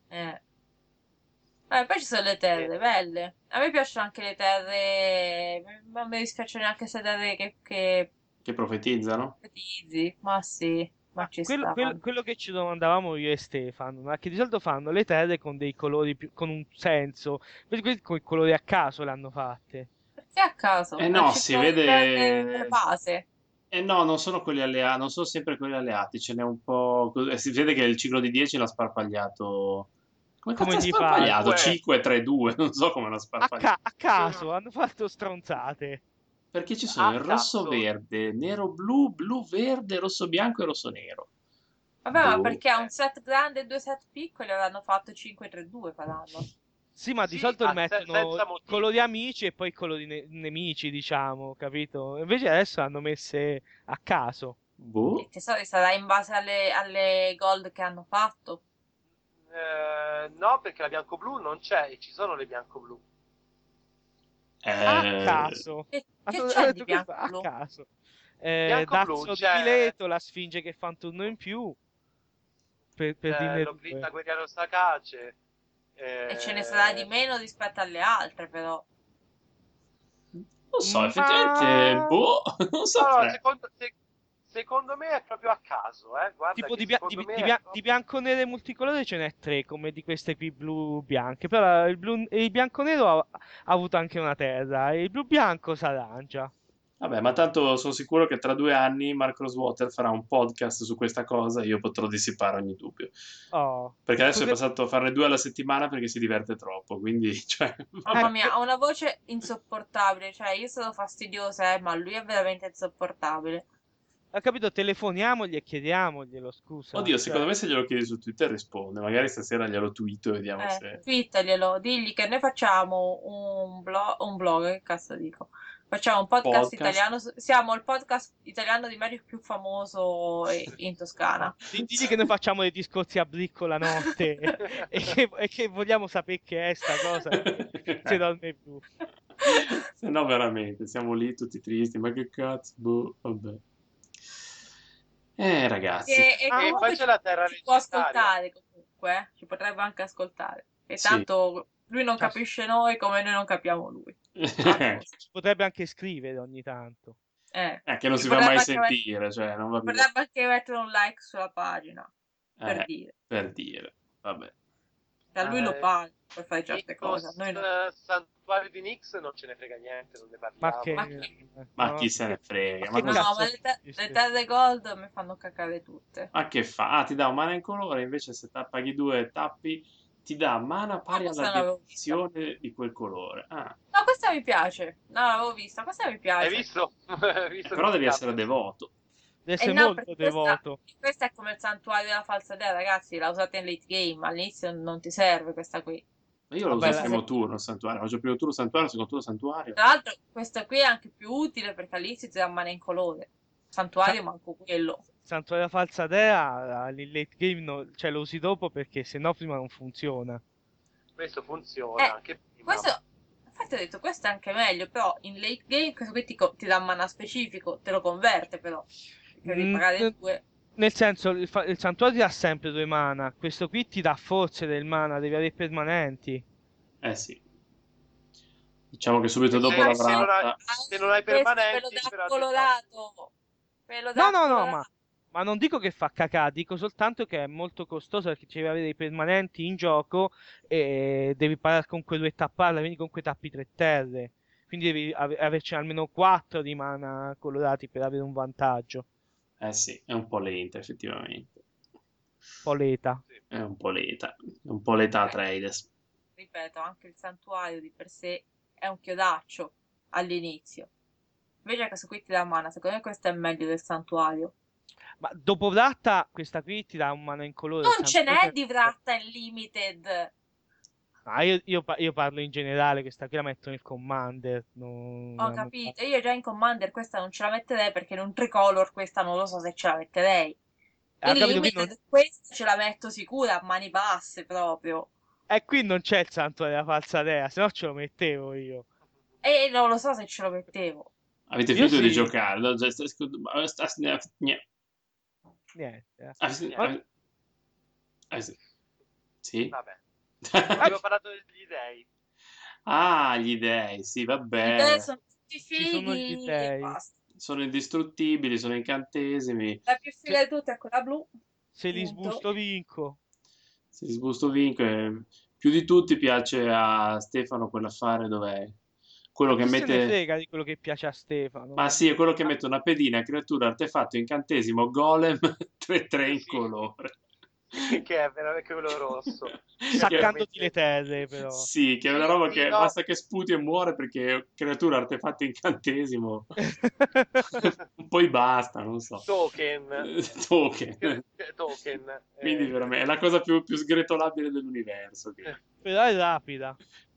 Poi ci sono le terre, belle. A me piacciono anche le terre. Non mi dispiace neanche se terre che Che profetizzano? profetizzi. Ma sì, ma ci sta. Quello che ci domandavamo io e Stefano, ma che di solito fanno le terre con dei colori con un senso. Questi con i colori a caso le hanno fatte. Perché a caso? Eh È no, il si ciclo di terre vede. base. No, non sono quelli alleati, non sono sempre quelli alleati, ce n'è un po'. Si vede che il ciclo di 10 l'ha sparpagliato. Come Come cazzo ha gli pare. sparpagliato? 5. 5-3-2, non so come l'ha sparpagliato. A caso hanno fatto stronzate. Perché ci sono A il cazzo. rosso-verde, nero-blu, blu-verde, rosso-bianco e rosso-nero. Vabbè, ma Boh. perché ha un set grande e 2 set piccoli avranno fatto 5-3-2 faranno. Sì, ma di Sì, solito senza mettono i motivo. colori amici e poi i colori nemici, diciamo, capito? Invece adesso hanno messe a caso. Boh. Il tesoro sarà in base alle gold che hanno fatto. No, perché la bianco-blu non c'è e ci sono le bianco-blu. A Eh, caso. Che Hanno c'è di detto questo, a bianco-blu? caso. Bianco-blu Dazio di c'è Mileto, la Sfinge che fa un turno in più. Per dirne l'Ocritta due. Guerriero Sakace. E ce ne sarà di meno rispetto alle altre, però. non so, Ma- effettivamente, boh, non No, saprei. secondo me è proprio a caso, Guarda Tipo che secondo me è di proprio- bianco nero e multicolore ce n'è 3, come di queste qui blu bianche. Però il bianco nero ha avuto anche una terra. E il blu bianco s'arrangia. Vabbè, ma tanto sono sicuro che tra 2 anni Mark Rosewater farà un podcast su questa cosa e io potrò dissipare ogni dubbio. Oh. Perché adesso è Potre- passato a farne 2 alla settimana perché si diverte troppo, quindi, cioè, Mamma vabbè. mia, ha una voce insopportabile. Cioè, io sono fastidiosa, ma lui è veramente insopportabile. Ha capito? Telefoniamogli e chiediamoglielo, scusa. Oddio, Cioè, secondo me se glielo chiedi su Twitter risponde. Magari stasera glielo tweeto e vediamo se. Twitterglielo, digli che noi facciamo un blog, che cazzo dico? Facciamo un podcast italiano, siamo il podcast italiano di Magic più famoso in Toscana. digli che noi facciamo dei discorsi a bricco la notte e che vogliamo sapere che è sta cosa. Se dorme più. Se no, veramente, siamo lì tutti tristi. Ma che cazzo, boh, vabbè. Ragazzi. E poi comunque c'è la terra ci può leggendaria. ascoltare comunque, ci potrebbe anche ascoltare. E Sì. tanto lui non Cioè, capisce noi come noi non capiamo lui. Ci potrebbe anche scrivere ogni tanto. Che non Ci si fa mai potrebbe anche sentire, cioè, non va bene. potrebbe anche mettere un like sulla pagina, per dire. Per dire, vabbè. Da lui lo paga per fare certe Nikos, cose. a Noi no. Santuario di Nix non ce ne frega niente, non ne Ma parliamo. che... Ma no, chi se ne frega? ma che Ma, No, cazzo ma esiste? le terre gold mi fanno cacare tutte. ma che fa? Ah, ti dà un mana in colore, invece se paghi 2 tappi, ti dà mana pari questa alla non l'avevo vista. definizione di quel colore. Ah, No, questa mi piace. No, l'avevo vista. Questa mi piace. Hai visto? Hai visto però che devi cazzo? essere devoto. Deve essere no, molto perché devoto. questa è come il santuario della falsa dea, ragazzi. La usate in late game. All'inizio non ti serve questa qui. Ma io lo uso Vabbè, al primo turno, il santuario. Faccio il primo turno santuario, il secondo turno santuario. Tra l'altro, questa qui è anche più utile perché all'inizio ti dà mana in colore. Santuario, manco quello. Santuario della falsa dea, il late game cioè, lo usi dopo perché sennò prima non funziona. questo funziona anche prima. Infatti ho detto, questo è anche meglio, però in late game questo qui ti dà mana specifico, te lo converte però. Perché devi pagare 2. Nel senso, il santuario ti dà sempre 2 mana, questo qui ti dà forse del mana, devi avere permanenti. Sì. Diciamo che subito dopo la vratta... Se non hai permanenti... Ve lo dà colorato. No, ma non dico che fa cacà, dico soltanto che è molto costoso perché ci devi avere dei permanenti in gioco e devi pagare comunque 2 tapparla, quindi comunque tappi 3 terre. Quindi devi averci almeno 4 di mana colorati per avere un vantaggio. Sì, è un po' lenta effettivamente. Poleta. È un po' lenta. Un po' lenta Atreides. Ripeto, anche il santuario di per sé è un chiodaccio all'inizio. Invece questo qui ti dà mana, secondo me questo è meglio del santuario. Ma dopo vratta questa qui ti dà un mana in colore. Non ce n'è di vratta in limited. Ah, io parlo in generale, questa qui la metto nel Commander. Ho capito, io già in Commander questa non ce la metterei perché in un tricolor questa non lo so se ce la metterei. In limited questa ce la metto sicura a mani basse proprio. E qui non c'è il santuario della falsa dea, se no ce lo mettevo io. E non lo so se ce lo mettevo. Avete finito di giocare? No? Niente. Sì? Vabbè. Abbiamo parlato degli dei. Gli dei, sì, vabbè. Gli dei sono tutti fighi. Ci sono gli dei. Sono indistruttibili, sono incantesimi. La più figa di tutte è quella blu. Se li sbusto vinco. Più di tutti piace a Stefano quell'affare dov'è? Quello che mette... se ne frega di quello che piace a Stefano. Ma sì, è quello che mette una pedina, creatura, artefatto, incantesimo, golem, 3-3 in colore. Che è veramente quello rosso. Saccandoti le terre, però. Sì, che è una roba che basta che sputi e muore perché creatura, artefatto, incantesimo. Poi basta, non so. Token. Quindi veramente è la cosa più sgretolabile dell'universo. Però è rapida.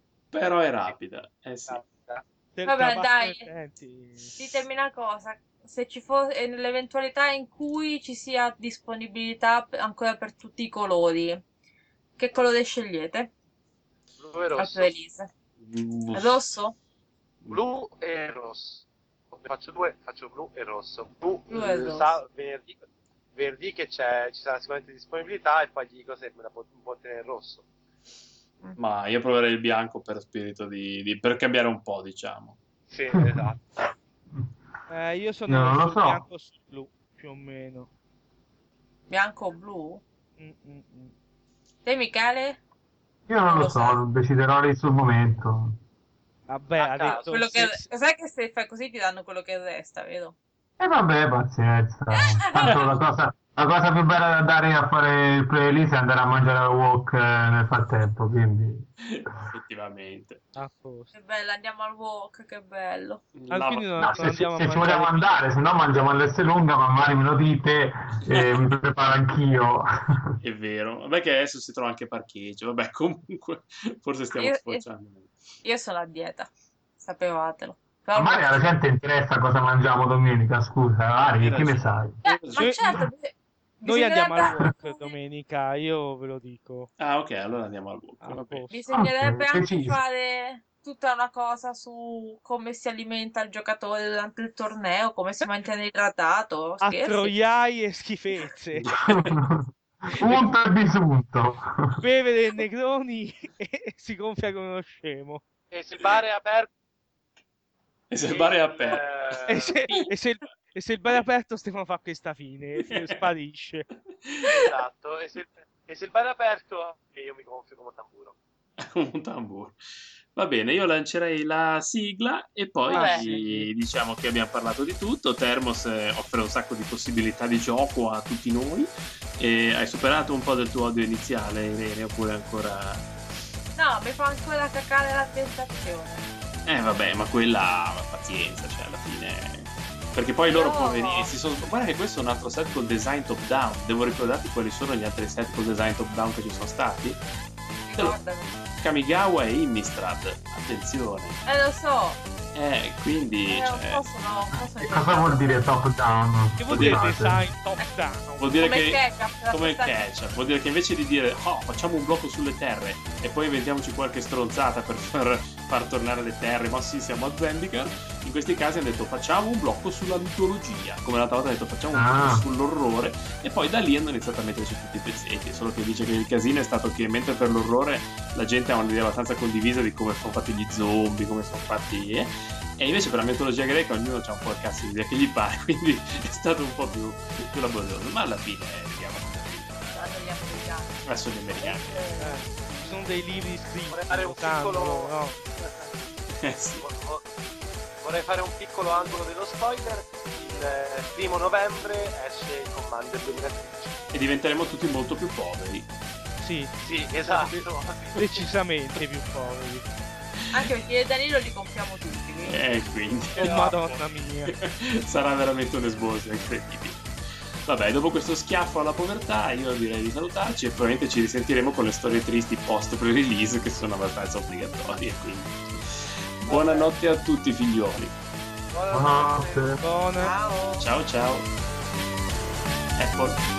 Sì. Vabbè, dai, ditemi una cosa. Se ci fosse, nell'eventualità in cui ci sia disponibilità ancora per tutti i colori, che colore scegliete? Blu e rosso. Rosso? Blu e rosso. Ne faccio 2, faccio blu e rosso. Blu e rosso. Venerdì che ci sarà sicuramente disponibilità e poi gli dico se me la può tenere il rosso. Ma io proverei il bianco per spirito per cambiare un po', diciamo. Sì, esatto. Io sono sul bianco sul blu, più o meno. Bianco o blu? Te, Michele? Io non lo so, deciderò lì sul momento. Vabbè, ha detto... Sai che se fai così ti danno quello che resta, vero? E vabbè, pazienza. Tanto la cosa più bella da dare a fare il playlist è andare a mangiare al wok nel frattempo, quindi... Effettivamente. Che bello, andiamo al wok, che bello. Se ci vogliamo andare, se no mangiamo all'Esselunga, ma magari me lo dite e mi preparo anch'io. È vero. Vabbè che adesso si trova anche parcheggio. Vabbè, comunque, forse stiamo sfociando. Io sono a dieta, sapevatelo. Ma magari alla gente interessa cosa mangiamo domenica, scusa, Ari, che ne sai? Ma certo, noi andiamo al wok domenica, io ve lo dico. Ok, allora andiamo al wok. Bisognerebbe anche fare tutta una cosa su come si alimenta il giocatore durante il torneo, come si mantiene idratato. A troiai e schifezze. Punto e bisunto. Beve dei negroni e si gonfia come uno scemo. E se il bar è aperto... E se il bar è aperto. E se il bar è aperto, Stefano fa questa fine, sparisce. Esatto, e se il bar è aperto, io mi gonfio come un tamburo. Come un tamburo. Va bene, io lancerei la sigla e poi diciamo che abbiamo parlato di tutto. Thermos offre un sacco di possibilità di gioco a tutti noi. E hai superato un po' del tuo odio iniziale, Irene, oppure ancora... No, mi fa ancora cacare la tentazione. Vabbè, ma quella pazienza, cioè alla fine. Perché poi loro poverini guarda che questo è un altro set col design top down. Devo ricordarti quali sono gli altri set col design top down che ci sono stati? Ricordami. Kamigawa e Innistrad. Attenzione. Lo so. Quindi un cioè, po' sono Che cosa vuol dire top down? Che vuol dire Scusate. design top down? vuol dire come che ketchup, come il la ketchup, vuol dire che invece di dire facciamo un blocco sulle terre e poi inventiamoci qualche stronzata per far tornare le terre, ma sì, siamo a Zendikar, in questi casi hanno detto facciamo un blocco sulla mitologia, come l'altra volta hanno detto facciamo un blocco sull'orrore, e poi da lì hanno iniziato a metterci tutti i pezzetti, solo che dice che il casino è stato che mentre per l'orrore la gente ha un'idea abbastanza condivisa di come sono fatti gli zombie, come sono fatti e invece per la mitologia greca ognuno ha un po' il cazzo di idea che gli pare, quindi è stato un po' più laborioso, ma alla fine diciamo degli americani. verso gli americani. Ci sono dei libri scritti. Vorrei fare un sanno, piccolo no? Sì. Vorrei fare un piccolo angolo dello spoiler. Il 1° novembre esce il Commander 2013. E diventeremo tutti molto più poveri. Sì, Sì, esatto. decisamente più poveri. Anche perché Danilo li compriamo tutti, quindi. Quindi Oh, madonna mia. sarà veramente un esborso incredibile. Vabbè, dopo questo schiaffo alla povertà io direi di salutarci e probabilmente ci risentiremo con le storie tristi post pre-release che sono abbastanza obbligatorie, quindi buonanotte a tutti figlioli. Buonanotte. Buonanotte. Buona. Ciao. Ciao ciao. Apple.